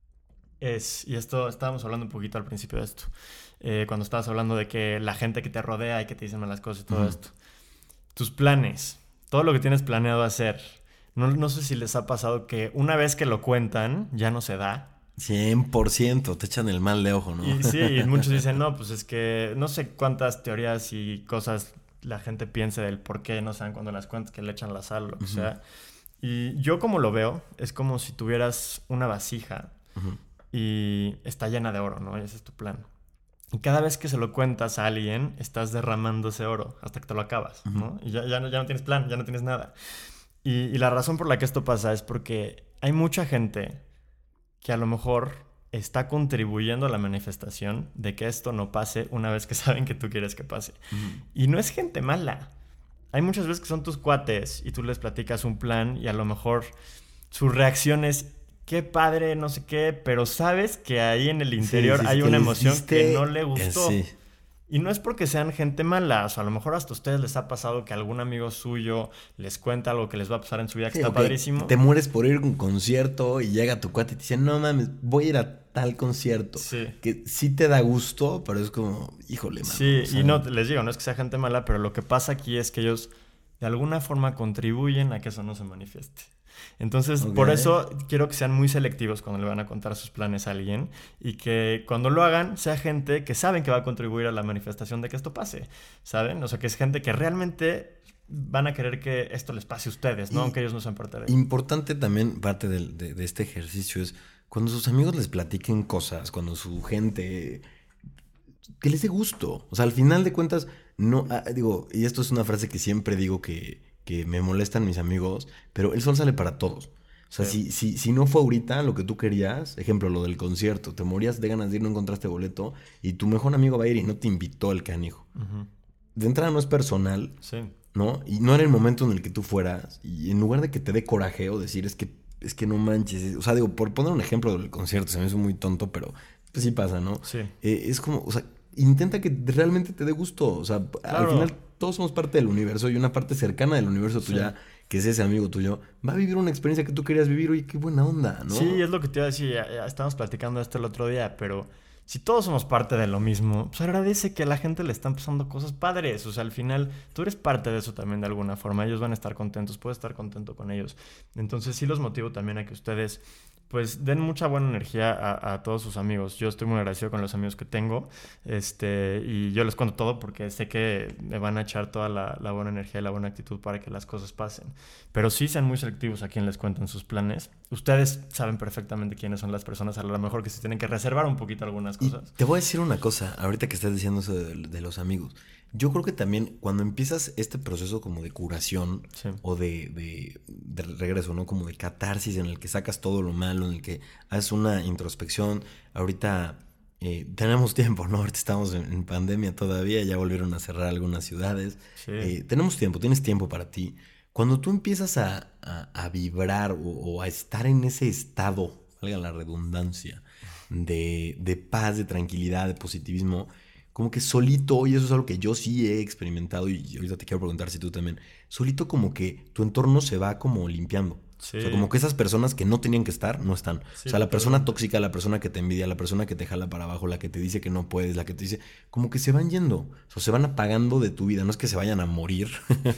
es, y esto estábamos hablando un poquito al principio de esto, eh, cuando estabas hablando de que la gente que te rodea y que te dicen malas cosas y todo Ujú. esto. Tus planes, todo lo que tienes planeado hacer. No, no sé si les ha pasado que una vez que lo cuentan, ya no se da. cien por ciento, te echan el mal de ojo, ¿no? Y sí, y muchos dicen, no, pues es que no sé cuántas teorías y cosas la gente piense del por qué no saben cuando las cuentas que le echan la sal o lo que Ujú. sea. Y yo como lo veo, es como si tuvieras una vasija Ujú. y está llena de oro, ¿no? Y ese es tu plan. Y cada vez que se lo cuentas a alguien, estás derramando ese oro hasta que te lo acabas, ¿no? Ujú. Y ya, ya, no, ya no tienes plan, ya no tienes nada. Y, y la razón por la que esto pasa es porque hay mucha gente que a lo mejor está contribuyendo a la manifestación de que esto no pase una vez que saben que tú quieres que pase. Ujú. Y no es gente mala. Hay muchas veces que son tus cuates y tú les platicas un plan y a lo mejor su reacción es qué padre, no sé qué, pero sabes que ahí en el interior Sí, sí, hay sí, que una les emoción diste- que no le eh, gustó. sí. Y no es porque sean gente mala, o sea, a lo mejor hasta a ustedes les ha pasado que algún amigo suyo les cuenta algo que les va a pasar en su vida que Sí, está o que padrísimo. te mueres por ir a un concierto y llega tu cuate y te dice, no mames, voy a ir a tal concierto. Sí. Que sí te da gusto, pero es como, híjole, mano. Sí, o sea, y no, les digo, no es que sea gente mala, pero lo que pasa aquí es que ellos de alguna forma contribuyen a que eso no se manifieste. Entonces, Ok. por eso quiero que sean muy selectivos cuando le van a contar sus planes a alguien y que cuando lo hagan sea gente que saben que va a contribuir a la manifestación de que esto pase, ¿saben? O sea, que es gente que realmente van a querer que esto les pase a ustedes, ¿no? Y- Aunque ellos no sean parte de ello. Importante también, parte del- de, de este ejercicio es cuando sus amigos les platiquen cosas, cuando su gente, que les dé gusto. O sea, al final de cuentas, no, ah, digo, y esto es una frase que siempre digo que, que me molestan mis amigos, pero el sol sale para todos. O sea, Sí. si, si, si no fue ahorita lo que tú querías, ejemplo, lo del concierto, te morías de ganas de ir, no encontraste boleto, y tu mejor amigo va a ir y no te invitó al canijo. Ujú. De entrada no es personal, Sí, ¿no? Y no era el momento en el que tú fueras. Y en lugar de que te dé coraje o decir, es que, es que no manches. O sea, digo, por poner un ejemplo del concierto, se me hizo muy tonto, pero pues sí pasa, ¿no? sí. Eh, es como, o sea, intenta que realmente te dé gusto. O sea, Claro. al final todos somos parte del universo y una parte cercana del universo tuya que es ese amigo tuyo, va a vivir una experiencia que tú querías vivir. Oye, qué buena onda, ¿no? Sí, es lo que te iba a decir. Ya, ya estábamos platicando esto el otro día, pero si todos somos parte de lo mismo, pues agradece que a la gente le están pasando cosas padres. O sea, al final tú eres parte de eso también de alguna forma. Ellos van a estar contentos, puedes estar contento con ellos. Entonces sí los motivo también a que ustedes pues den mucha buena energía a, a todos sus amigos. Yo estoy muy agradecido con los amigos que tengo, este, y yo les cuento todo porque sé que me van a echar toda la, la buena energía y la buena actitud para que las cosas pasen. Pero sí sean muy selectivos a quien les cuenten sus planes. Ustedes saben perfectamente quiénes son las personas a lo mejor que se tienen que reservar un poquito algunas cosas. Y te voy a decir una cosa, ahorita que estás diciendo eso de, de los amigos. Yo creo que también cuando empiezas este proceso como de curación, sí, o de, de, de regreso, ¿no? Como de catarsis en el que sacas todo lo malo, en el que haces una introspección. Ahorita eh, tenemos tiempo, ¿no? Ahorita estamos en, en pandemia todavía, ya volvieron a cerrar algunas ciudades. Sí. Eh, tenemos tiempo, tienes tiempo para ti. Cuando tú empiezas a, a, a vibrar o, o a estar en ese estado, valga la redundancia, de, de paz, de tranquilidad, de positivismo, como que solito, y eso es algo que yo sí he experimentado, y ahorita te quiero preguntar si tú también, solito como que tu entorno se va como limpiando. Sí. O sea, como que esas personas que no tenían que estar, no están. Sí, o sea, la persona tóxica, la persona que te envidia, la persona que te jala para abajo, la que te dice que no puedes, la que te dice, como que se van yendo. O sea, se van apagando de tu vida. No es que se vayan a morir,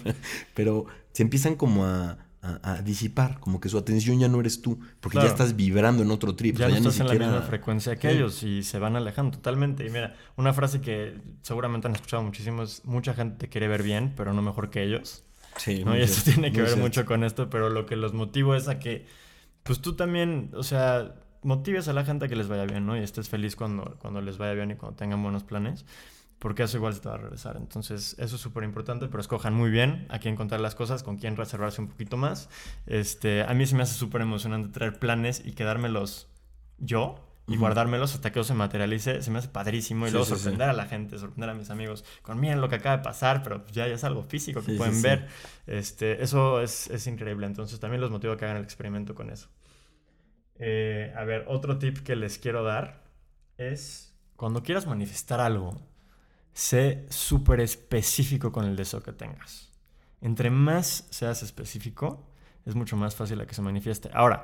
pero se empiezan como a, a, a disipar, como que su atención ya no eres tú, porque claro, ya estás vibrando en otro trip. Ya, o sea, no ya estás ni siquiera... en la misma frecuencia que sí, ellos y se van alejando totalmente. Y mira, una frase que seguramente han escuchado muchísimo es: mucha gente te quiere ver bien, pero no mejor que ellos. Sí, ¿no? Y eso cierto, tiene que ver cierto. mucho con esto, pero lo que los motiva es a que, pues tú también, o sea, motives a la gente a que les vaya bien, ¿no? Y estés feliz cuando, cuando les vaya bien y cuando tengan buenos planes, porque eso igual se te va a regresar. Entonces, eso es súper importante, pero escojan muy bien a quién contar las cosas, con quién reservarse un poquito más. Este, a mí se me hace súper emocionante traer planes y quedármelos yo, y guardármelos hasta que eso se materialice. Se me hace padrísimo. Y sí, luego sí, sorprender sí. a la gente, sorprender a mis amigos con miren lo que acaba de pasar, pero ya, ya es algo físico que sí, pueden sí, ver. Sí. Este, eso es, es increíble. Entonces también los motivo a que hagan el experimento con eso. Eh, a ver, otro tip que les quiero dar es: cuando quieras manifestar algo, sé súper específico con el deseo que tengas. Entre más seas específico, es mucho más fácil a que se manifieste. Ahora,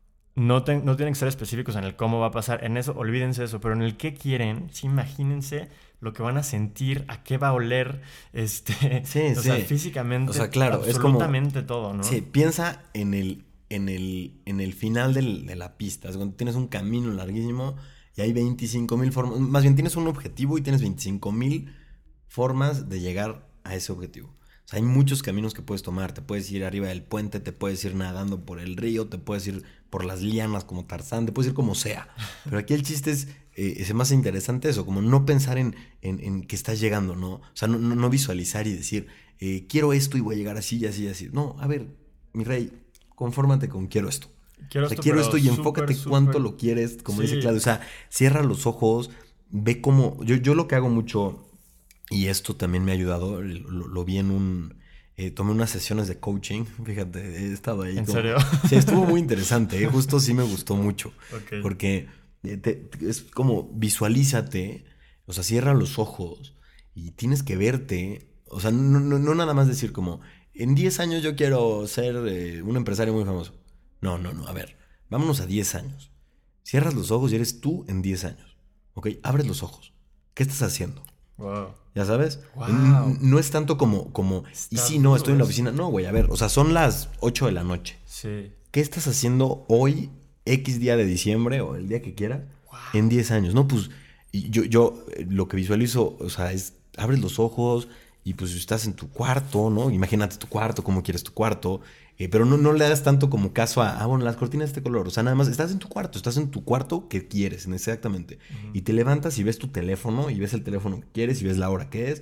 No, te, no tienen que ser específicos en el cómo va a pasar. En eso, olvídense eso. Pero en el qué quieren, sí, imagínense lo que van a sentir, a qué va a oler, este, sí, o sí. sea, físicamente, o sea, claro, absolutamente es como, todo, ¿no? Sí, piensa en el, en el, en el final del, de la pista. Cuando tienes un camino larguísimo y hay veinticinco mil formas, más bien tienes un objetivo y tienes veinticinco mil formas de llegar a ese objetivo. O sea, hay muchos caminos que puedes tomar. Te puedes ir arriba del puente, te puedes ir nadando por el río, te puedes ir por las lianas como Tarzán, te puedes ir como sea. Pero aquí el chiste es, eh, es más interesante eso, como no pensar en, en, en que estás llegando, ¿no? O sea, no, no, no visualizar y decir, eh, quiero esto y voy a llegar así y así y así. No, a ver, mi rey, confórmate con quiero esto. Quiero o sea, esto, quiero esto y super, enfócate super... cuánto lo quieres, como sí. dice Claudio. O sea, cierra los ojos, ve cómo... Yo, yo lo que hago mucho, y esto también me ha ayudado, lo, lo vi en un... Eh, tomé unas sesiones de coaching, fíjate, he estado ahí. ¿En como, serio? Sí, estuvo muy interesante, ¿eh? Justo sí me gustó mucho. Okay. Porque te, te, es como visualízate, o sea, cierra los ojos y tienes que verte, o sea, no, no, no nada más decir como, en diez años yo quiero ser eh, un empresario muy famoso. No, no, no, a ver, vámonos a diez años. Cierras los ojos y eres tú en diez años, ¿ok? Abres los ojos. ¿Qué estás haciendo? Wow. ¿Ya sabes? Wow. No, no es tanto como, como y sí, no, estoy en la oficina. No, güey, a ver, o sea, son las ocho de la noche. Sí. ¿Qué estás haciendo hoy, X día de diciembre o el día que quieras, wow, en diez años? No, pues yo, yo lo que visualizo, o sea, es abres los ojos y pues estás en tu cuarto, ¿no? Imagínate tu cuarto, cómo quieres tu cuarto. Eh, pero no, no le hagas tanto como caso a, ah, bueno, las cortinas de este color. O sea, nada más estás en tu cuarto, estás en tu cuarto que quieres, exactamente. Uh-huh. Y te levantas y ves tu teléfono y ves el teléfono que quieres y ves la hora que es.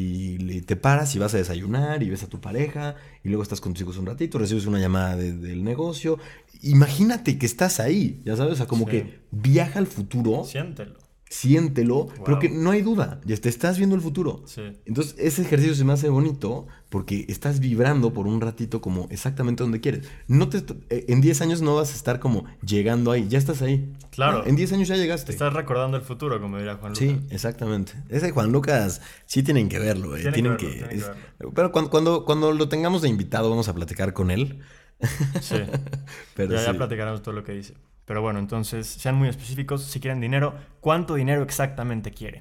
Y te paras y vas a desayunar y ves a tu pareja y luego estás con tus hijos un ratito, recibes una llamada de, del negocio. Imagínate que estás ahí, ya sabes, o sea, como sí, que viaja al futuro. Siéntelo. siéntelo, Wow. pero que no hay duda, ya te estás viendo el futuro. Sí. Entonces, ese ejercicio se me hace bonito porque estás vibrando por un ratito como exactamente donde quieres. No te, en diez años no vas a estar como llegando ahí, ya estás ahí. Claro. No, en diez años ya llegaste. Te estás recordando el futuro, como diría Juan Lucas. Sí, exactamente. Ese Juan Lucas sí tienen que verlo. Eh. Tienen, tienen, que que, verlo, es, tienen que verlo. Pero cuando, cuando, cuando lo tengamos de invitado vamos a platicar con él. Sí. Pero ya, sí. ya platicaremos todo lo que dice. Pero bueno, entonces, sean muy específicos. Si quieren dinero, ¿cuánto dinero exactamente quieren?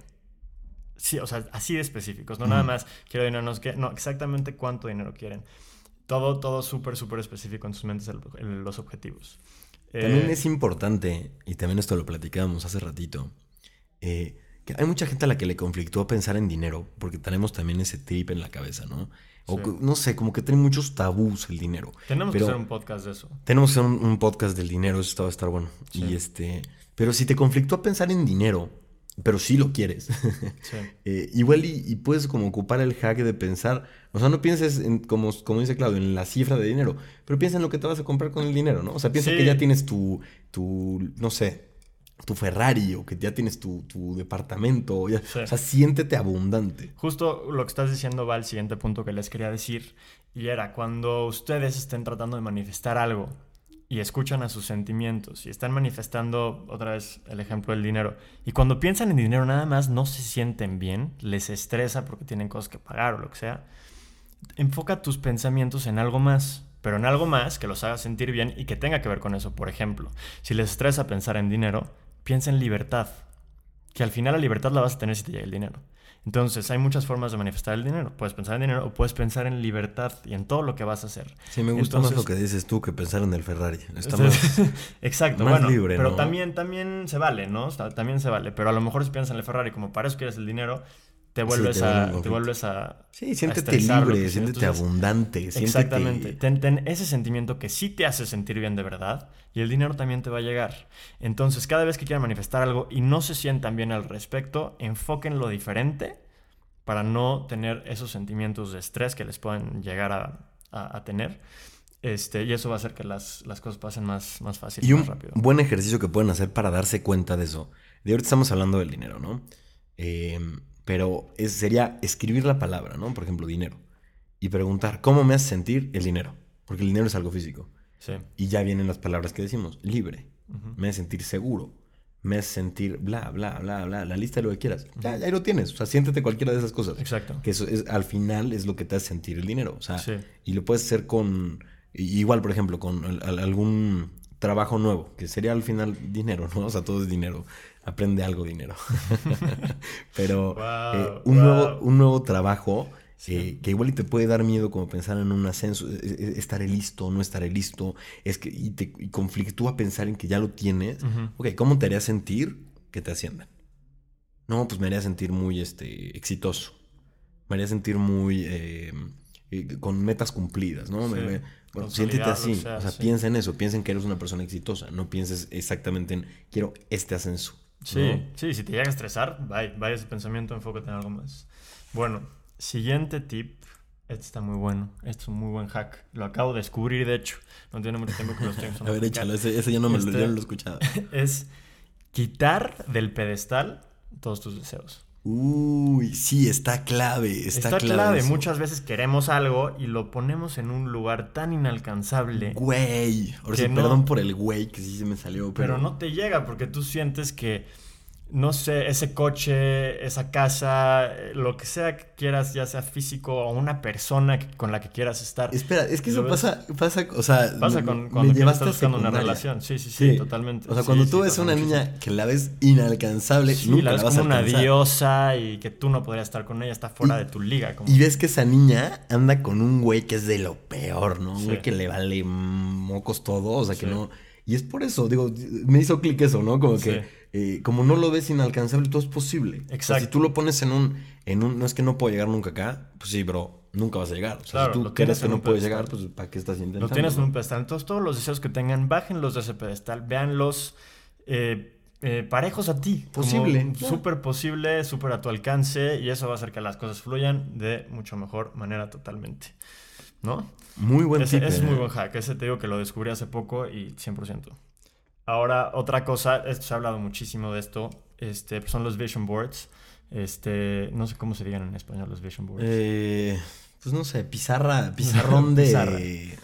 Sí, o sea, así de específicos. No mm. nada más, quiero dinero, no, es que, no, exactamente cuánto dinero quieren. Todo, todo súper, súper específico en sus mentes, el, el, los objetivos. También eh, es importante, y también esto lo platicábamos hace ratito, eh, que hay mucha gente a la que le conflictúa pensar en dinero, porque tenemos también ese trip en la cabeza, ¿no? O sí. no sé, como que tiene muchos tabús el dinero. Tenemos pero que hacer un podcast de eso. Tenemos que hacer un, un podcast del dinero, eso va a estar bueno. Sí. Y este, pero si te conflictúa pensar en dinero, pero sí lo quieres, sí. eh, igual y, y puedes como ocupar el hack de pensar, o sea, no pienses en, como, como dice Claudio, en la cifra de dinero, pero piensa en lo que te vas a comprar con el dinero, ¿no? O sea, piensa sí. que ya tienes tu, tu, no sé, tu Ferrari o que ya tienes tu, tu departamento, ya, sí. o sea, siéntete abundante. Justo lo que estás diciendo va al siguiente punto que les quería decir, y era cuando ustedes estén tratando de manifestar algo y escuchan a sus sentimientos y están manifestando, otra vez el ejemplo del dinero, y cuando piensan en dinero nada más no se sienten bien, les estresa porque tienen cosas que pagar o lo que sea, enfoca tus pensamientos en algo más, pero en algo más que los haga sentir bien y que tenga que ver con eso. Por ejemplo, si les estresa pensar en dinero, piensa en libertad, que al final la libertad la vas a tener si te llega el dinero. Entonces, hay muchas formas de manifestar el dinero. Puedes pensar en dinero o puedes pensar en libertad y en todo lo que vas a hacer. Sí, me gusta Entonces, más lo que dices tú que pensar en el Ferrari. Está más, exacto, más bueno, libre, pero ¿no? también, también se vale, ¿no? O sea, también se vale. Pero a lo mejor si piensas en el Ferrari, como para eso quieres el dinero, te vuelves, sí, te a, te vuelves a... Sí, siéntete a libre, siéntete Entonces, abundante. Siéntete... Exactamente. Ten, ten ese sentimiento que sí te hace sentir bien de verdad y el dinero también te va a llegar. Entonces, cada vez que quieran manifestar algo y no se sientan bien al respecto, enfóquenlo diferente para no tener esos sentimientos de estrés que les pueden llegar a, a, a tener. Este, y eso va a hacer que las, las cosas pasen más, más fácil y más un rápido. Buen ejercicio que pueden hacer para darse cuenta de eso. De ahorita estamos hablando del dinero, ¿no? Eh... Pero es, sería escribir la palabra, ¿no? Por ejemplo, dinero. Y preguntar, ¿cómo me hace sentir el dinero? Porque el dinero es algo físico. Sí. Y ya vienen las palabras que decimos. Libre. Uh-huh. Me hace sentir seguro. Me hace sentir bla, bla, bla, bla. La lista de lo que quieras. Uh-huh. Ya, ya lo tienes. O sea, siéntete cualquiera de esas cosas. Exacto. Que eso es, al final es lo que te hace sentir el dinero. O sea, sí. Y lo puedes hacer con... Igual, por ejemplo, con algún trabajo nuevo. Que sería al final dinero, ¿no? O sea, todo es dinero. Aprende algo dinero. Pero wow, eh, un, wow. nuevo, un nuevo trabajo sí. eh, que igual y te puede dar miedo como pensar en un ascenso, estaré listo, no estaré listo, es que y te y conflictúa pensar en que ya lo tienes. Uh-huh. Ok, ¿cómo te haría sentir que te asciendan? No, pues me haría sentir muy este, exitoso. Me haría sentir muy... Eh, eh, con metas cumplidas, ¿no? Sí. Me, bueno, siéntete así, o sea, o sea sí. piensa en eso, piensa en que eres una persona exitosa, no pienses exactamente en quiero este ascenso. Sí, ¿no? sí, si te llega a estresar, vaya, vaya ese pensamiento, enfócate en algo más. Bueno, siguiente tip, este está muy bueno, este es un muy buen hack, lo acabo de descubrir de hecho, no tiene mucho tiempo que lo estoy usando. A ver, échalo, ese, ese ya no me este, lo, yo no lo he escuchado. Es quitar del pedestal todos tus deseos. Uy, sí, está clave, está, está clave. clave. Eso. Muchas veces queremos algo y lo ponemos en un lugar tan inalcanzable. Güey, ahora sí, no, perdón por el güey que sí se me salió. Pero... pero no te llega porque tú sientes que, no sé, ese coche, esa casa, lo que sea que quieras, ya sea físico o una persona que, con la que quieras estar. Espera, es que eso pasa, pasa, o sea... Pasa me, con, cuando me llevaste estás buscando una relación. Sí, sí, sí, sí, totalmente. O sea, cuando sí, tú sí, ves a una muchísimo. niña que la ves inalcanzable, sí, nunca la ves la vas como a una alcanzar. diosa y que tú no podrías estar con ella, está fuera y, de tu liga. Como... Y ves que esa niña anda con un güey que es de lo peor, ¿no? Un sí. güey que le vale mocos todo, o sea, sí. que no... Y es por eso, digo, me hizo clic eso, ¿no? Como que... Sí. Eh, como no lo ves inalcanzable, todo es posible. Exacto. O sea, si tú lo pones en un, en un... No es que no puedo llegar nunca acá. Pues sí, bro, nunca vas a llegar. O sea, claro, si tú crees que no puedes llegar, pues ¿para qué estás intentando? Lo tienes ¿no? en un pedestal. Entonces, todos los deseos que tengan, bájenlos de ese pedestal. Véanlos eh, eh, parejos a ti. Posible. Súper posible, súper a tu alcance. Y eso va a hacer que las cosas fluyan de mucho mejor manera totalmente. ¿No? Muy buen ese, tip. Ese eh. es muy buen hack. Ese te digo que lo descubrí hace poco y cien por ciento. Ahora, otra cosa, esto se ha hablado muchísimo de esto, este, pues son los vision boards. Este, no sé cómo se digan en español los vision boards. Eh, pues no sé, pizarra, pizarrón de... Pizarra.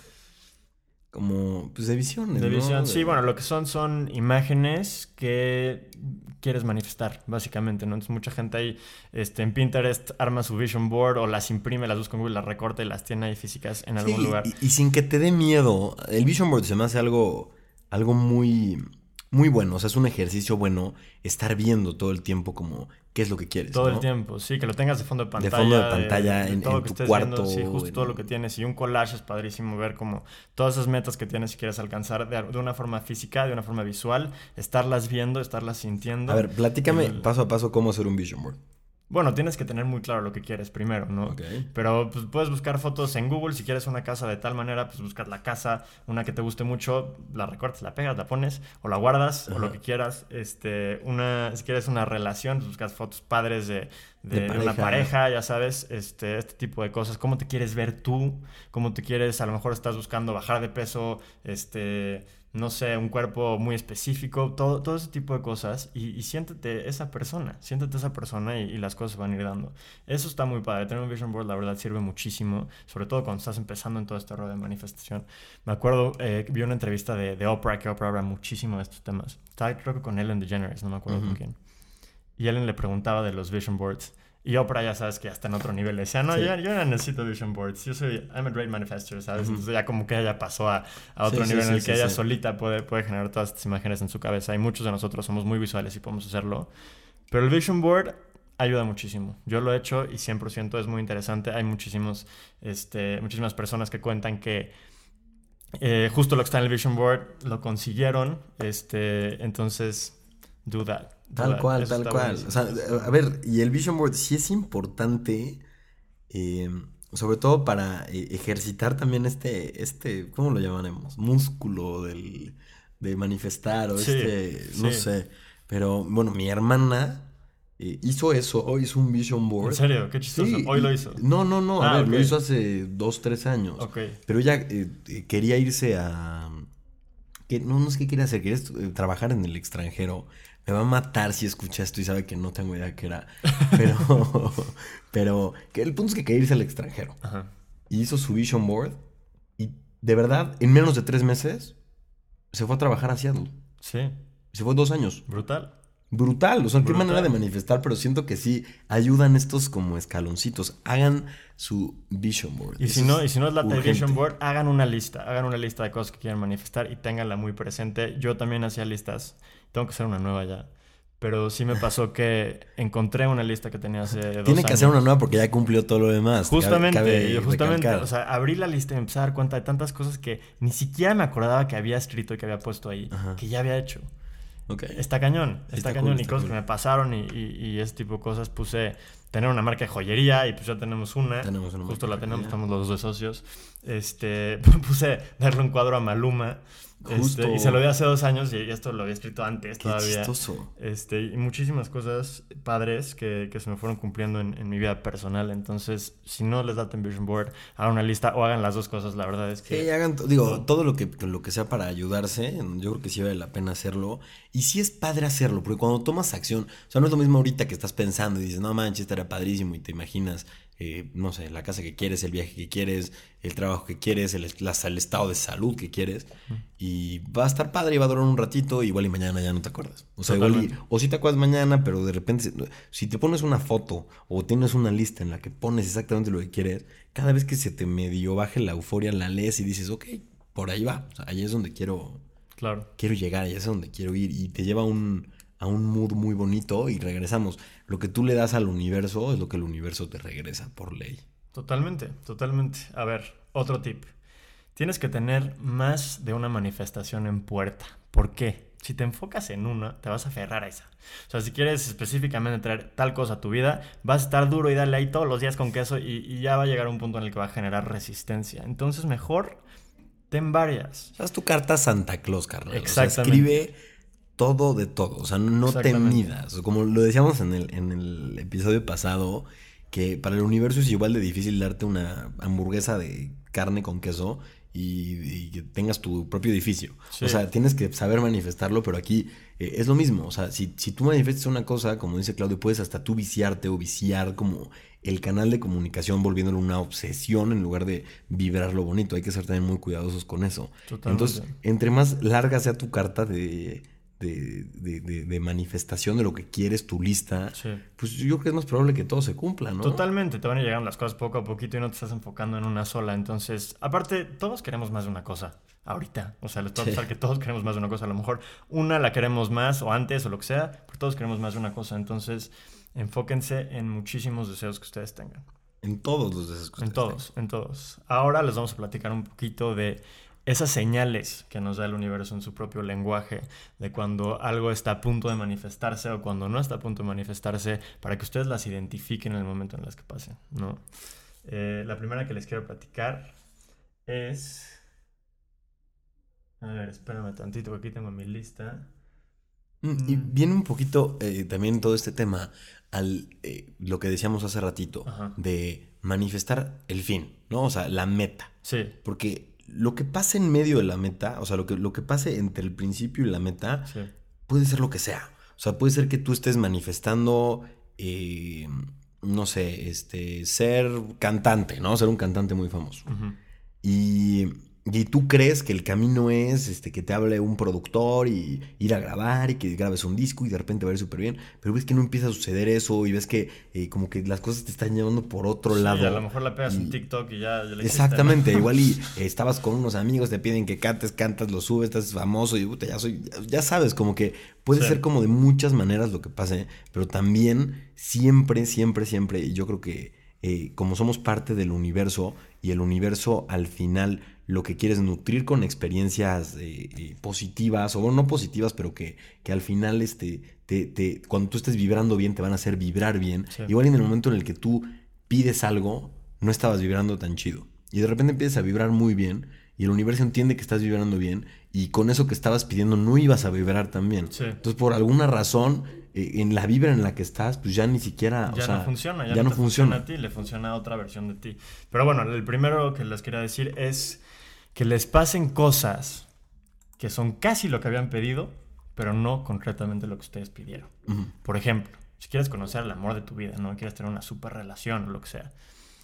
Como, pues de visiones, De ¿no? visión, De... sí, bueno, lo que son son imágenes que quieres manifestar, básicamente, ¿no? Entonces mucha gente ahí este, en Pinterest arma su vision board o las imprime, las busca en Google, las recorta y las tiene ahí físicas en algún sí, lugar. Y, y sin que te dé miedo, el vision board se me hace algo, algo muy, muy bueno, o sea, es un ejercicio bueno estar viendo todo el tiempo como qué es lo que quieres, Todo ¿no? el tiempo, sí, que lo tengas de fondo de pantalla. De fondo de pantalla, de, de en, todo en que tu estés cuarto. Viendo, sí, justo en... todo lo que tienes. Y un collage es padrísimo ver como todas esas metas que tienes y quieres alcanzar de, de una forma física, de una forma visual, estarlas viendo, estarlas sintiendo. A ver, platícame el... paso a paso cómo hacer un vision board. Bueno, tienes que tener muy claro lo que quieres primero, ¿no? Okay. Pero pues, puedes buscar fotos en Google. Si quieres una casa de tal manera, pues buscar la casa, una que te guste mucho, la recortas, la pegas, la pones o la guardas, Ajá. o lo que quieras. Este, una, si quieres una relación, pues buscas fotos padres de, de, de, pareja. de una pareja, ya sabes, este, este tipo de cosas. ¿Cómo te quieres ver tú? ¿Cómo te quieres? A lo mejor estás buscando bajar de peso, este... no sé, un cuerpo muy específico, todo, todo ese tipo de cosas y, y siéntete esa persona, siéntete esa persona y, y las cosas van a ir dando. Eso está muy padre, tener un vision board la verdad sirve muchísimo, sobre todo cuando estás empezando en todo este rollo de manifestación. Me acuerdo, eh, vi una entrevista de, de Oprah, que Oprah habla muchísimo de estos temas. Estaba creo que con Ellen DeGeneres, no me acuerdo uh-huh. con quién. Y Ellen le preguntaba de los vision boards. Y Oprah ya sabes que ya está en otro nivel. Le decía, no, sí. yo, yo no necesito vision boards. Yo soy, I'm a great manifester, ¿sabes? Uh-huh. Entonces ya como que ella pasó a, a otro sí, nivel sí, en el sí, que sí, ella sí. solita puede, puede generar todas estas imágenes en su cabeza. Y muchos de nosotros somos muy visuales y podemos hacerlo. Pero el vision board ayuda muchísimo. Yo lo he hecho y cien por ciento es muy interesante. Hay muchísimos, este, muchísimas personas que cuentan que eh, justo lo que está en el vision board lo consiguieron. Este, entonces, do that. Tal cual, tal cual. O sea, a ver, y el vision board sí es importante, eh, sobre todo para eh, ejercitar también este, este, ¿cómo lo llamaremos? Músculo del, de manifestar o sí, este, no sí. sé. Pero, bueno, mi hermana eh, hizo eso, hizo un vision board. ¿En serio? Qué chistoso. Sí, Hoy lo hizo. No, no, no, a ah, ver, okay. lo hizo hace dos, tres años. Okay. Pero ella eh, quería irse a... Que, no, no sé qué quería hacer, quería estu- trabajar en el extranjero. Me va a matar si escucha esto y sabe que no tengo idea qué era. Pero, pero que el punto es que quería irse al extranjero. Ajá. Y hizo su vision board. Y de verdad, en menos de tres meses, se fue a trabajar a Seattle. Sí. Se fue dos años. Brutal. Brutal. O sea, Brutal. qué manera de manifestar, pero siento que sí ayudan estos como escaloncitos. Hagan su vision board. Y si, no, y si no es la vision board, hagan una lista. Hagan una lista de cosas que quieran manifestar y ténganla muy presente. Yo también hacía listas. Tengo que hacer una nueva ya. Pero sí me pasó que encontré una lista que tenía hace dos años. Tiene que hacer una nueva porque ya cumplió todo lo demás. Justamente. Cabe, cabe yo justamente, recalcar. o sea, abrí la lista y me empecé a dar cuenta de tantas cosas que ni siquiera me acordaba que había escrito y que había puesto ahí. Ajá. Que ya había hecho. Okay. Está cañón. Está, está cañón. Cool, y está cosas cool. que me pasaron y, y, y ese tipo de cosas. Puse tener una marca de joyería y pues ya tenemos una. Tenemos una Justo la tenemos. joyería. Estamos los dos de socios. Este, puse darle un cuadro a Maluma. Justo. Este, y se lo di hace dos años y esto lo había escrito antes Qué todavía. chistoso. Este, y muchísimas cosas padres que, que se me fueron cumpliendo en, en mi vida personal. Entonces, si no les da un vision board, hagan una lista o hagan las dos cosas. La verdad es que... Sí, hagan, digo, todo lo que, lo que sea para ayudarse, yo creo que sí vale la pena hacerlo. Y sí es padre hacerlo, porque cuando tomas acción, o sea, no es lo mismo ahorita que estás pensando y dices, no manches, estaría padrísimo y te imaginas... Eh, no sé, la casa que quieres, el viaje que quieres, el trabajo que quieres, el, la, el estado de salud que quieres. Uh-huh. Y va a estar padre y va a durar un ratito, igual y mañana ya no te acuerdas. O sea, igual y, o sí te acuerdas mañana, pero de repente, si te pones una foto o tienes una lista en la que pones exactamente lo que quieres, cada vez que se te medio baje la euforia, la lees y dices, ok, por ahí va. O sea, ahí es donde quiero, claro. quiero llegar, ahí es donde quiero ir. Y te lleva un... a un mood muy bonito y regresamos. Lo que tú le das al universo es lo que el universo te regresa por ley. Totalmente, totalmente. A ver, otro tip. Tienes que tener más de una manifestación en puerta. ¿Por qué? Si te enfocas en una, te vas a aferrar a esa. O sea, si quieres específicamente traer tal cosa a tu vida, vas a estar duro y darle ahí todos los días con queso y, y ya va a llegar un punto en el que va a generar resistencia. Entonces, mejor ten varias. Haz tu carta Santa Claus, carnal. Exactamente. O sea, escribe... todo de todo, o sea, no te midas. Como lo decíamos en el, en el episodio pasado, que para el universo es igual de difícil darte una hamburguesa de carne con queso y, y que tengas tu propio edificio. Sí. O sea, tienes que saber manifestarlo, pero aquí eh, es lo mismo. O sea, si, si tú manifestas una cosa, como dice Claudio, puedes hasta tú viciarte o viciar como el canal de comunicación volviéndolo una obsesión en lugar de vibrar lo bonito. Hay que ser también muy cuidadosos con eso. Totalmente. Entonces, entre más larga sea tu carta de... De, de, de, de manifestación de lo que quieres, tu lista, Sí. pues yo creo que es más probable que todo se cumpla, ¿no? Totalmente, te van a llegar las cosas poco a poquito y no te estás enfocando en una sola. Entonces, aparte, todos queremos más de una cosa ahorita. O sea, les puedo pensar que todos queremos más de una cosa. A lo mejor una la queremos más o antes o lo que sea, pero todos queremos más de una cosa. Entonces, enfóquense en muchísimos deseos que ustedes tengan. En todos los deseos que En ustedes todos, en todos. Ahora les vamos a platicar un poquito de esas señales que nos da el universo en su propio lenguaje, de cuando algo está a punto de manifestarse o cuando no está a punto de manifestarse, para que ustedes las identifiquen en el momento en las que pasen, ¿no? Eh, la primera que les quiero platicar es... A ver, espérame tantito, que aquí tengo mi lista. Y viene un poquito eh, también todo este tema al eh, lo que decíamos hace ratito, Ajá. de manifestar el fin, ¿no? O sea, la meta. Sí. Porque lo que pase en medio de la meta, o sea, lo que, lo que pase entre el principio y la meta, Sí. puede ser lo que sea. O sea, puede ser que tú estés manifestando, eh, no sé, este, ser cantante, ¿no? Ser un cantante muy famoso. Uh-huh. Y, y tú crees que el camino es este, que te hable un productor y ir a grabar y que grabes un disco y de repente va a ir súper bien, pero ves que no empieza a suceder eso y ves que eh, como que las cosas te están llevando por otro Sí, lado. a lo mejor la pegas y... en TikTok y ya, ya le Exactamente, hiciste, ¿no? igual y eh, estabas con unos amigos, te piden que cantes, cantas, lo subes, estás famoso y puta, ya soy, ya sabes, como que puede Sí. ser como de muchas maneras lo que pase, pero también siempre, siempre, siempre, y yo creo que eh, como somos parte del universo y el universo al final lo que quieres nutrir con experiencias eh, eh, positivas, o bueno, no positivas, pero que, que al final este, te, te, cuando tú estés vibrando bien, te van a hacer vibrar bien. Sí. Igual en el momento en el que tú pides algo, no estabas vibrando tan chido. Y de repente empiezas a vibrar muy bien, y el universo entiende que estás vibrando bien, y con eso que estabas pidiendo no ibas a vibrar tan bien. Sí. Entonces, por alguna razón, eh, en la vibra en la que estás, pues ya ni siquiera... Ya o sea, no funciona, ya, ya no, no te funciona. funciona a ti, le funciona a otra versión de ti. Pero bueno, el primero que les quería decir es que les pasen cosas que son casi lo que habían pedido, pero no concretamente lo que ustedes pidieron. Uh-huh. Por ejemplo, si quieres conocer el amor de tu vida, ¿no? Quieres tener una super relación o lo que sea,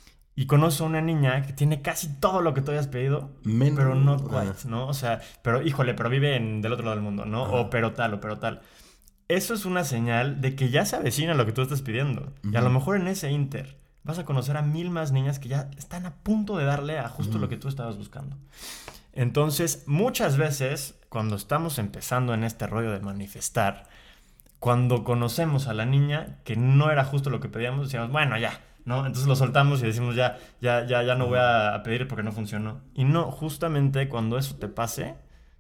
y conoces a una niña que tiene casi todo lo que tú hayas pedido, Men- pero not quite, ah. ¿no? O sea, pero híjole, pero vive en, del otro lado del mundo, ¿no? Ajá. O pero tal, o pero tal. Eso es una señal de que ya se avecina lo que tú estás pidiendo. Uh-huh. Y a lo mejor en ese inter vas a conocer a mil más niñas que ya están a punto de darle a justo Uh-huh. lo que tú estabas buscando. Entonces, muchas veces, cuando estamos empezando en este rollo de manifestar, cuando conocemos a la niña que no era justo lo que pedíamos, decíamos, bueno, ya, ¿no? Entonces lo soltamos y decimos, ya, ya, ya, ya no voy a, a pedir porque no funcionó. Y no, justamente cuando eso te pase,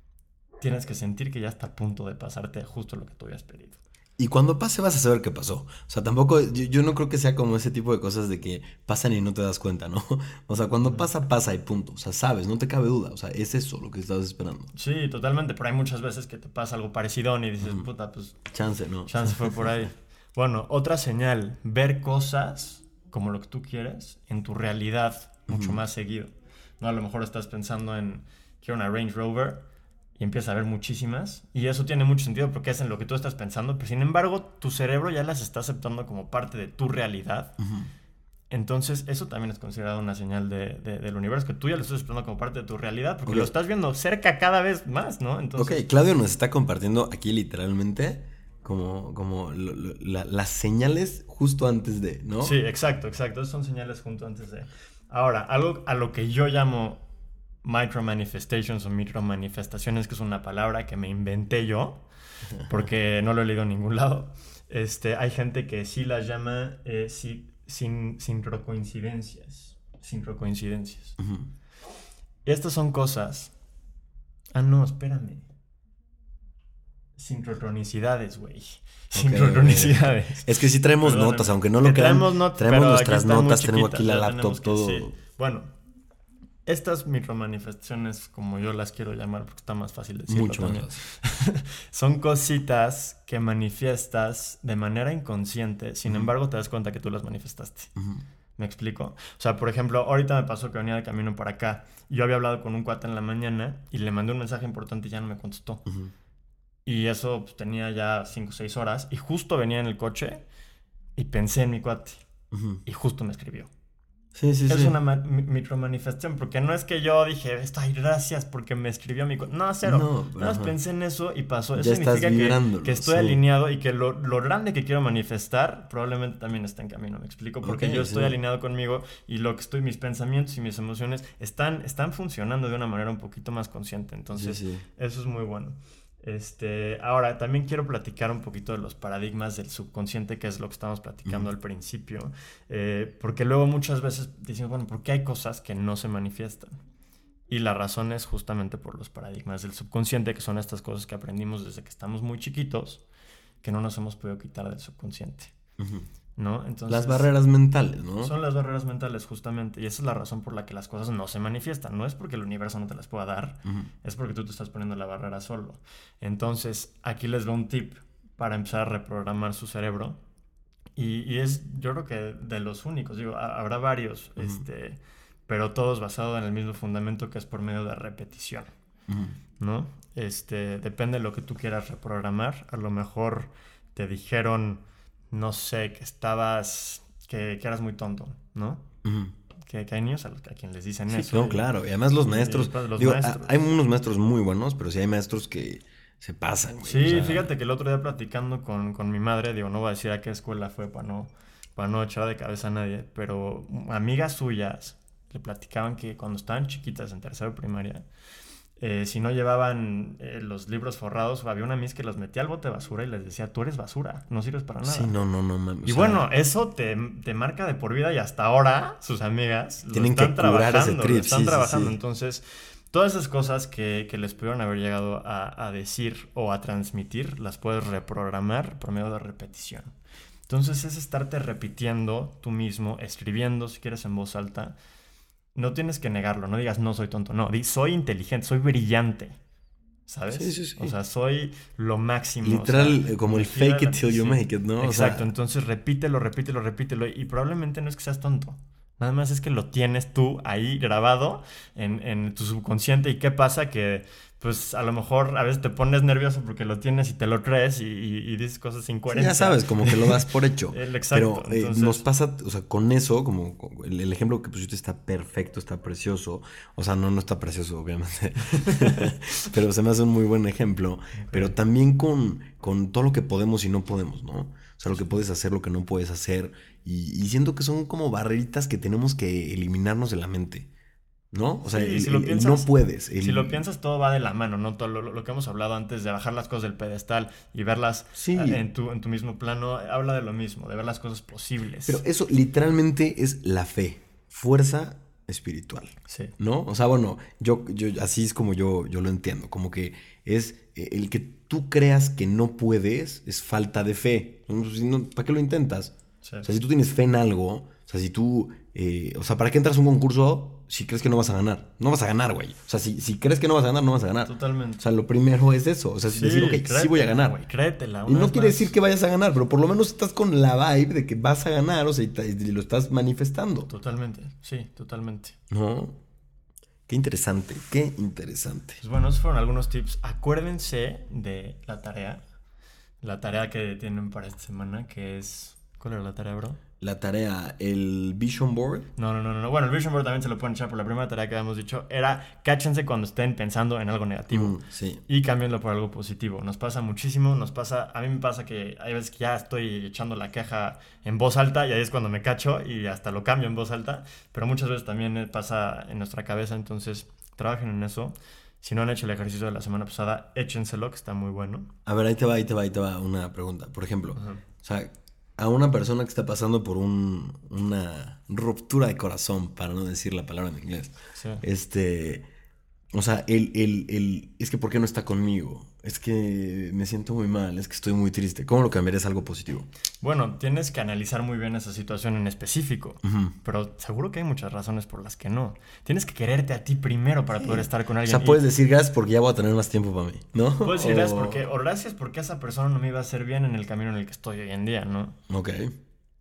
tienes que sentir que ya está a punto de pasarte justo lo que tú habías pedido. Y cuando pase vas a saber qué pasó. O sea, tampoco, yo, yo no creo que sea como ese tipo de cosas de que pasan y no te das cuenta, ¿no? O sea, cuando pasa, pasa y punto. O sea, sabes, no te cabe duda. O sea, es eso lo que estabas esperando. Sí, totalmente, pero hay muchas veces que te pasa algo parecido y dices, Ujú. puta, pues Chance, ¿no? chance fue por ahí. Bueno, otra señal, ver cosas como lo que tú quieres en tu realidad mucho Ujú. más seguido. No, a lo mejor estás pensando en, quiero una Range Rover, y empiezas a ver muchísimas, y eso tiene mucho sentido porque es en lo que tú estás pensando, pero sin embargo tu cerebro ya las está aceptando como parte de tu realidad. Ujú. Entonces eso también es considerado una señal de, de, del universo, que tú ya lo estás aceptando como parte de tu realidad, porque Ok. lo estás viendo cerca cada vez más, ¿no? Entonces, Ok, Claudio nos está compartiendo aquí literalmente como, como lo- lo- la- las señales justo antes de, ¿no? sí, exacto, exacto. Esas son señales junto antes de... Ahora, algo a lo que yo llamo micromanifestations o micromanifestaciones, que es una palabra que me inventé yo, porque no lo he leído en ningún lado. Este, hay gente que sí las llama eh, sí, sin, sincrocoincidencias. Sincrocoincidencias. Ujú. Estas son cosas... Ah, no, espérame. Sincronicidades, güey. Sincronicidades. Es que sí traemos Perdóname. notas, aunque no lo Que crean. traemos not- traemos pero nuestras aquí están muy notas, tenemos chiquitas, aquí la ya laptop, tenemos que- todo. sí. Bueno, estas micromanifestaciones, como yo las quiero llamar, porque está más fácil decirlo Mucho más también, fácil. son cositas que manifiestas de manera inconsciente, sin Ujú. embargo te das cuenta que tú las manifestaste. Ujú. ¿Me explico? O sea, por ejemplo, ahorita me pasó que venía de camino para acá. Yo había hablado con un cuate en la mañana y le mandé un mensaje importante y ya no me contestó. Uh-huh. Y eso pues, tenía ya cinco o seis horas. Y justo venía en el coche y pensé en mi cuate. Uh-huh. Y justo me escribió. Sí, sí, es sí. una ma- micromanifestación, porque no es que yo dije, ay, gracias porque me escribió mi... Co-". No, cero. No, Nada más pensé en eso y pasó. Eso ya significa que, que estoy sí. alineado y que lo, lo grande que quiero manifestar probablemente también está en camino, ¿me explico? Porque okay, yo estoy sí. alineado conmigo y lo que estoy, mis pensamientos y mis emociones están, están funcionando de una manera un poquito más consciente. Entonces, sí, sí. eso es muy bueno. Este, ahora, también quiero platicar un poquito de los paradigmas del subconsciente, que es lo que estábamos platicando uh-huh. al principio, eh, porque luego muchas veces decimos, bueno, ¿por qué hay cosas que no se manifiestan? Y la razón es justamente por los paradigmas del subconsciente, que son estas cosas que aprendimos desde que estamos muy chiquitos, que no nos hemos podido quitar del subconsciente. Uh-huh. ¿No? Entonces, las barreras mentales, ¿no? Son las barreras mentales, justamente. Y esa es la razón por la que las cosas no se manifiestan. No es porque el universo no te las pueda dar, uh-huh. es porque tú te estás poniendo la barrera solo. Entonces, aquí les doy un tip para empezar a reprogramar su cerebro. Y, y es, yo creo que de los únicos. Digo, a, habrá varios, uh-huh. este, pero todos basados en el mismo fundamento, que es por medio de repetición. Uh-huh. ¿No? Este, depende de lo que tú quieras reprogramar. A lo mejor te dijeron... no sé, que estabas, que, que eras muy tonto, ¿no? Uh-huh. Que, que hay niños a, los, a quien les dicen sí, eso. No, y, claro, y además los maestros, y los digo, maestros. A, hay unos maestros muy buenos, pero sí hay maestros que se pasan. Güey, sí, o sea... fíjate que el otro día platicando con, con mi madre, digo, no voy a decir a qué escuela fue para no, para no echar de cabeza a nadie, pero amigas suyas le platicaban que cuando estaban chiquitas en tercero de primaria, Eh, si no llevaban eh, los libros forrados, había una miss que los metía al bote de basura y les decía, tú eres basura, no sirves para nada. Sí, no, no, no, mami. Y sea, bueno, eso te, te marca de por vida y hasta ahora sus amigas tienen lo están que curar trabajando, ese trip. lo están sí, trabajando. Sí, sí. Entonces, todas esas cosas que, que les pudieron haber llegado a, a decir o a transmitir, las puedes reprogramar por medio de repetición. Entonces, es estarte repitiendo tú mismo, escribiendo, si quieres, en voz alta. No tienes que negarlo, no digas no soy tonto, no, di soy inteligente, soy brillante, ¿sabes? Sí, sí, sí. O sea, soy lo máximo. Literal, o sea, como el fake it till you sí. make it, ¿no? Exacto, o sea... entonces repítelo, repítelo, repítelo y probablemente no es que seas tonto, nada más es que lo tienes tú ahí grabado en, en tu subconsciente. ¿Y qué pasa? Que pues a lo mejor a veces te pones nervioso porque lo tienes y te lo crees y, y, y dices cosas incoherentes. Sí, ya sabes, como que lo das por hecho. el exacto. Pero eh, entonces... nos pasa, o sea, con eso, como el, el ejemplo que pusiste está perfecto, está precioso. O sea, no, no está precioso, obviamente. Pero se me hace un muy buen ejemplo. Okay. Pero también con, con todo lo que podemos y no podemos, ¿no? O sea, lo que puedes hacer, lo que no puedes hacer. Y, y siento que son como barreritas que tenemos que eliminarnos de la mente. ¿No? O sea, sí, el, si lo el, piensas, el no puedes. El... Si lo piensas, todo va de la mano, ¿no? Todo lo, lo que hemos hablado antes de bajar las cosas del pedestal y verlas sí. en, tu, en tu mismo plano, habla de lo mismo, de ver las cosas posibles. Pero eso literalmente es la fe, fuerza espiritual. Sí. ¿No? O sea, bueno, yo, yo así es como yo, yo lo entiendo. Como que es el que tú creas que no puedes, es falta de fe. ¿Para qué lo intentas? Sí. O sea, si tú tienes fe en algo, o sea, si tú... Eh, o sea, ¿para qué entras a un concurso si crees que no vas a ganar? No vas a ganar, güey. O sea, si, si crees que no vas a ganar, no vas a ganar. Totalmente. O sea, lo primero es eso. O sea, sí, decir, ok, créetela, sí voy a ganar. Wey, créetela. Y no quiere más. decir que vayas a ganar, pero por lo menos estás con la vibe de que vas a ganar, o sea, y, te, y lo estás manifestando. Totalmente, sí, totalmente. ¿No? Qué interesante, qué interesante. Pues bueno, esos fueron algunos tips. Acuérdense de la tarea. La tarea que tienen para esta semana, que es... ¿Cuál era la tarea, bro? La tarea, el Vision Board. No, no, no, no. Bueno, el Vision Board también se lo pueden echar, por la primera tarea que habíamos dicho era cáchense cuando estén pensando en algo negativo. Mm, sí. Y cámbienlo por algo positivo. Nos pasa muchísimo, nos pasa... A mí me pasa que hay veces que ya estoy echando la queja en voz alta y ahí es cuando me cacho y hasta lo cambio en voz alta. Pero muchas veces también pasa en nuestra cabeza, entonces trabajen en eso. Si no han hecho el ejercicio de la semana pasada, échenselo, que está muy bueno. A ver, ahí te va, ahí te va, ahí te va una pregunta. Por ejemplo, uh-huh. o sea... A una persona que está pasando por un, una ruptura de corazón, para no decir la palabra en inglés. Sí. Este, o sea, el, el, el, es que ¿por qué no está conmigo? Es que me siento muy mal, es que estoy muy triste. ¿Cómo lo cambiarías a algo positivo? Bueno, tienes que analizar muy bien esa situación en específico. Uh-huh. Pero seguro que hay muchas razones por las que no. Tienes que quererte a ti primero para sí. poder estar con alguien. O sea, puedes y... decir gracias porque ya voy a tener más tiempo para mí, ¿no? Puedes decir o... gracias porque, o gracias porque esa persona no me iba a hacer bien en el camino en el que estoy hoy en día, ¿no? Ok. Y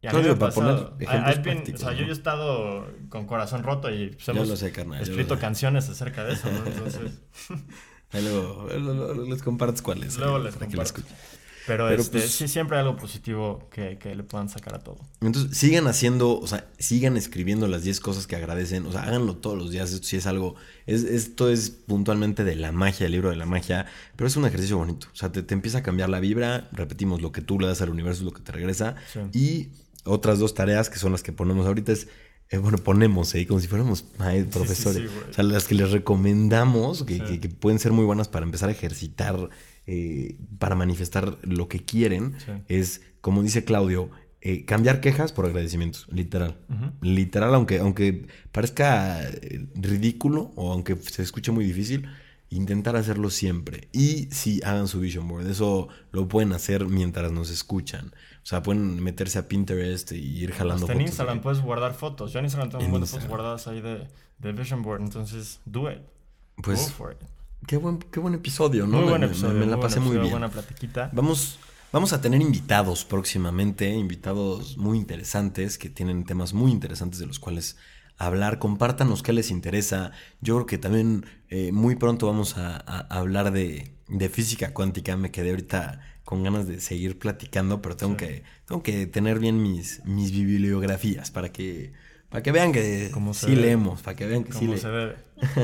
Y a mí me ha pasado. Para poner ejemplos Been, prácticos, o sea, ¿no? yo he estado con corazón roto y pues, hemos Yo lo sé, carnal, escrito yo lo sé. canciones acerca de eso, ¿no? Entonces... Ahí luego, luego les compartes cuáles. Luego ahí, les para que comparto. escuchen. Pero, Pero, este, pues- sí, siempre hay algo positivo que, que le puedan sacar a todo. Entonces, sigan haciendo, o sea, sigan escribiendo las diez cosas que agradecen. O sea, háganlo todos los días. Esto sí es algo. Es, esto es puntualmente de la magia, el libro de la magia. Pero es un ejercicio bonito. O sea, te, te empieza a cambiar la vibra. Repetimos, lo que tú le das al universo es lo que te regresa. Sí. Y otras dos tareas que son las que ponemos ahorita es. eh, bueno, ponemos, ¿eh? Como si fuéramos ay, sí, profesores. sí, güey. O sea, las que les recomendamos, que, Sí. que- que pueden ser muy buenas para empezar a ejercitar, eh, para manifestar lo que quieren, Sí. es, como dice Claudio, eh, cambiar quejas por agradecimientos, literal. Ujú. Literal, aunque, aunque parezca eh, ridículo o aunque se escuche muy difícil, intentar hacerlo siempre. Y sí, hagan su vision board. Eso lo pueden hacer mientras nos escuchan. O sea, pueden meterse a Pinterest y ir jalando Hasta en fotos Instagram de- puedes guardar fotos. Yo en Instagram tengo En un montón de fotos Instagram. guardadas ahí de, de Vision Board. Entonces, do it. Pues, Go for it. qué buen, qué buen episodio, ¿no? Muy Me- buen me- episodio. Me, la muy pasé buen muy episodio, bien. Buena platiquita. Vamos, vamos a tener invitados próximamente, invitados muy interesantes que tienen temas muy interesantes de los cuales hablar. Compártanos qué les interesa. Yo creo que también eh, muy pronto vamos a, a hablar de, de física cuántica. Me quedé ahorita con ganas de seguir platicando, pero tengo, Sí. que, tengo que tener bien mis, mis bibliografías para que, para que vean que Como se sí debe. leemos, para que vean que sí Como le... se debe.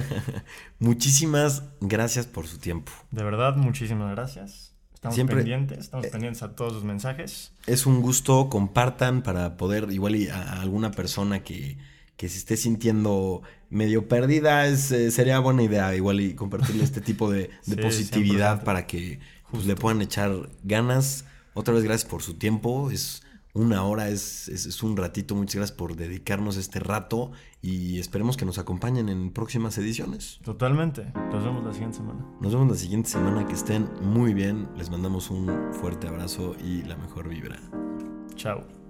Muchísimas gracias por su tiempo. De verdad, muchísimas gracias. Estamos Siempre- pendientes. Estamos pendientes a todos sus mensajes. Es un gusto, compartan para poder, igual y a, a alguna persona que, que se esté sintiendo medio perdida, es, eh, sería buena idea igual y compartirle este tipo de, de Sí, positividad cien por ciento. para que pues, Justo. le puedan echar ganas. Otra vez gracias por su tiempo, es una hora, es, es, es un ratito, muchas gracias por dedicarnos este rato y esperemos que nos acompañen en próximas ediciones. Totalmente. Nos vemos la siguiente semana. Nos vemos la siguiente semana, que estén muy bien, les mandamos un fuerte abrazo y la mejor vibra. Chao.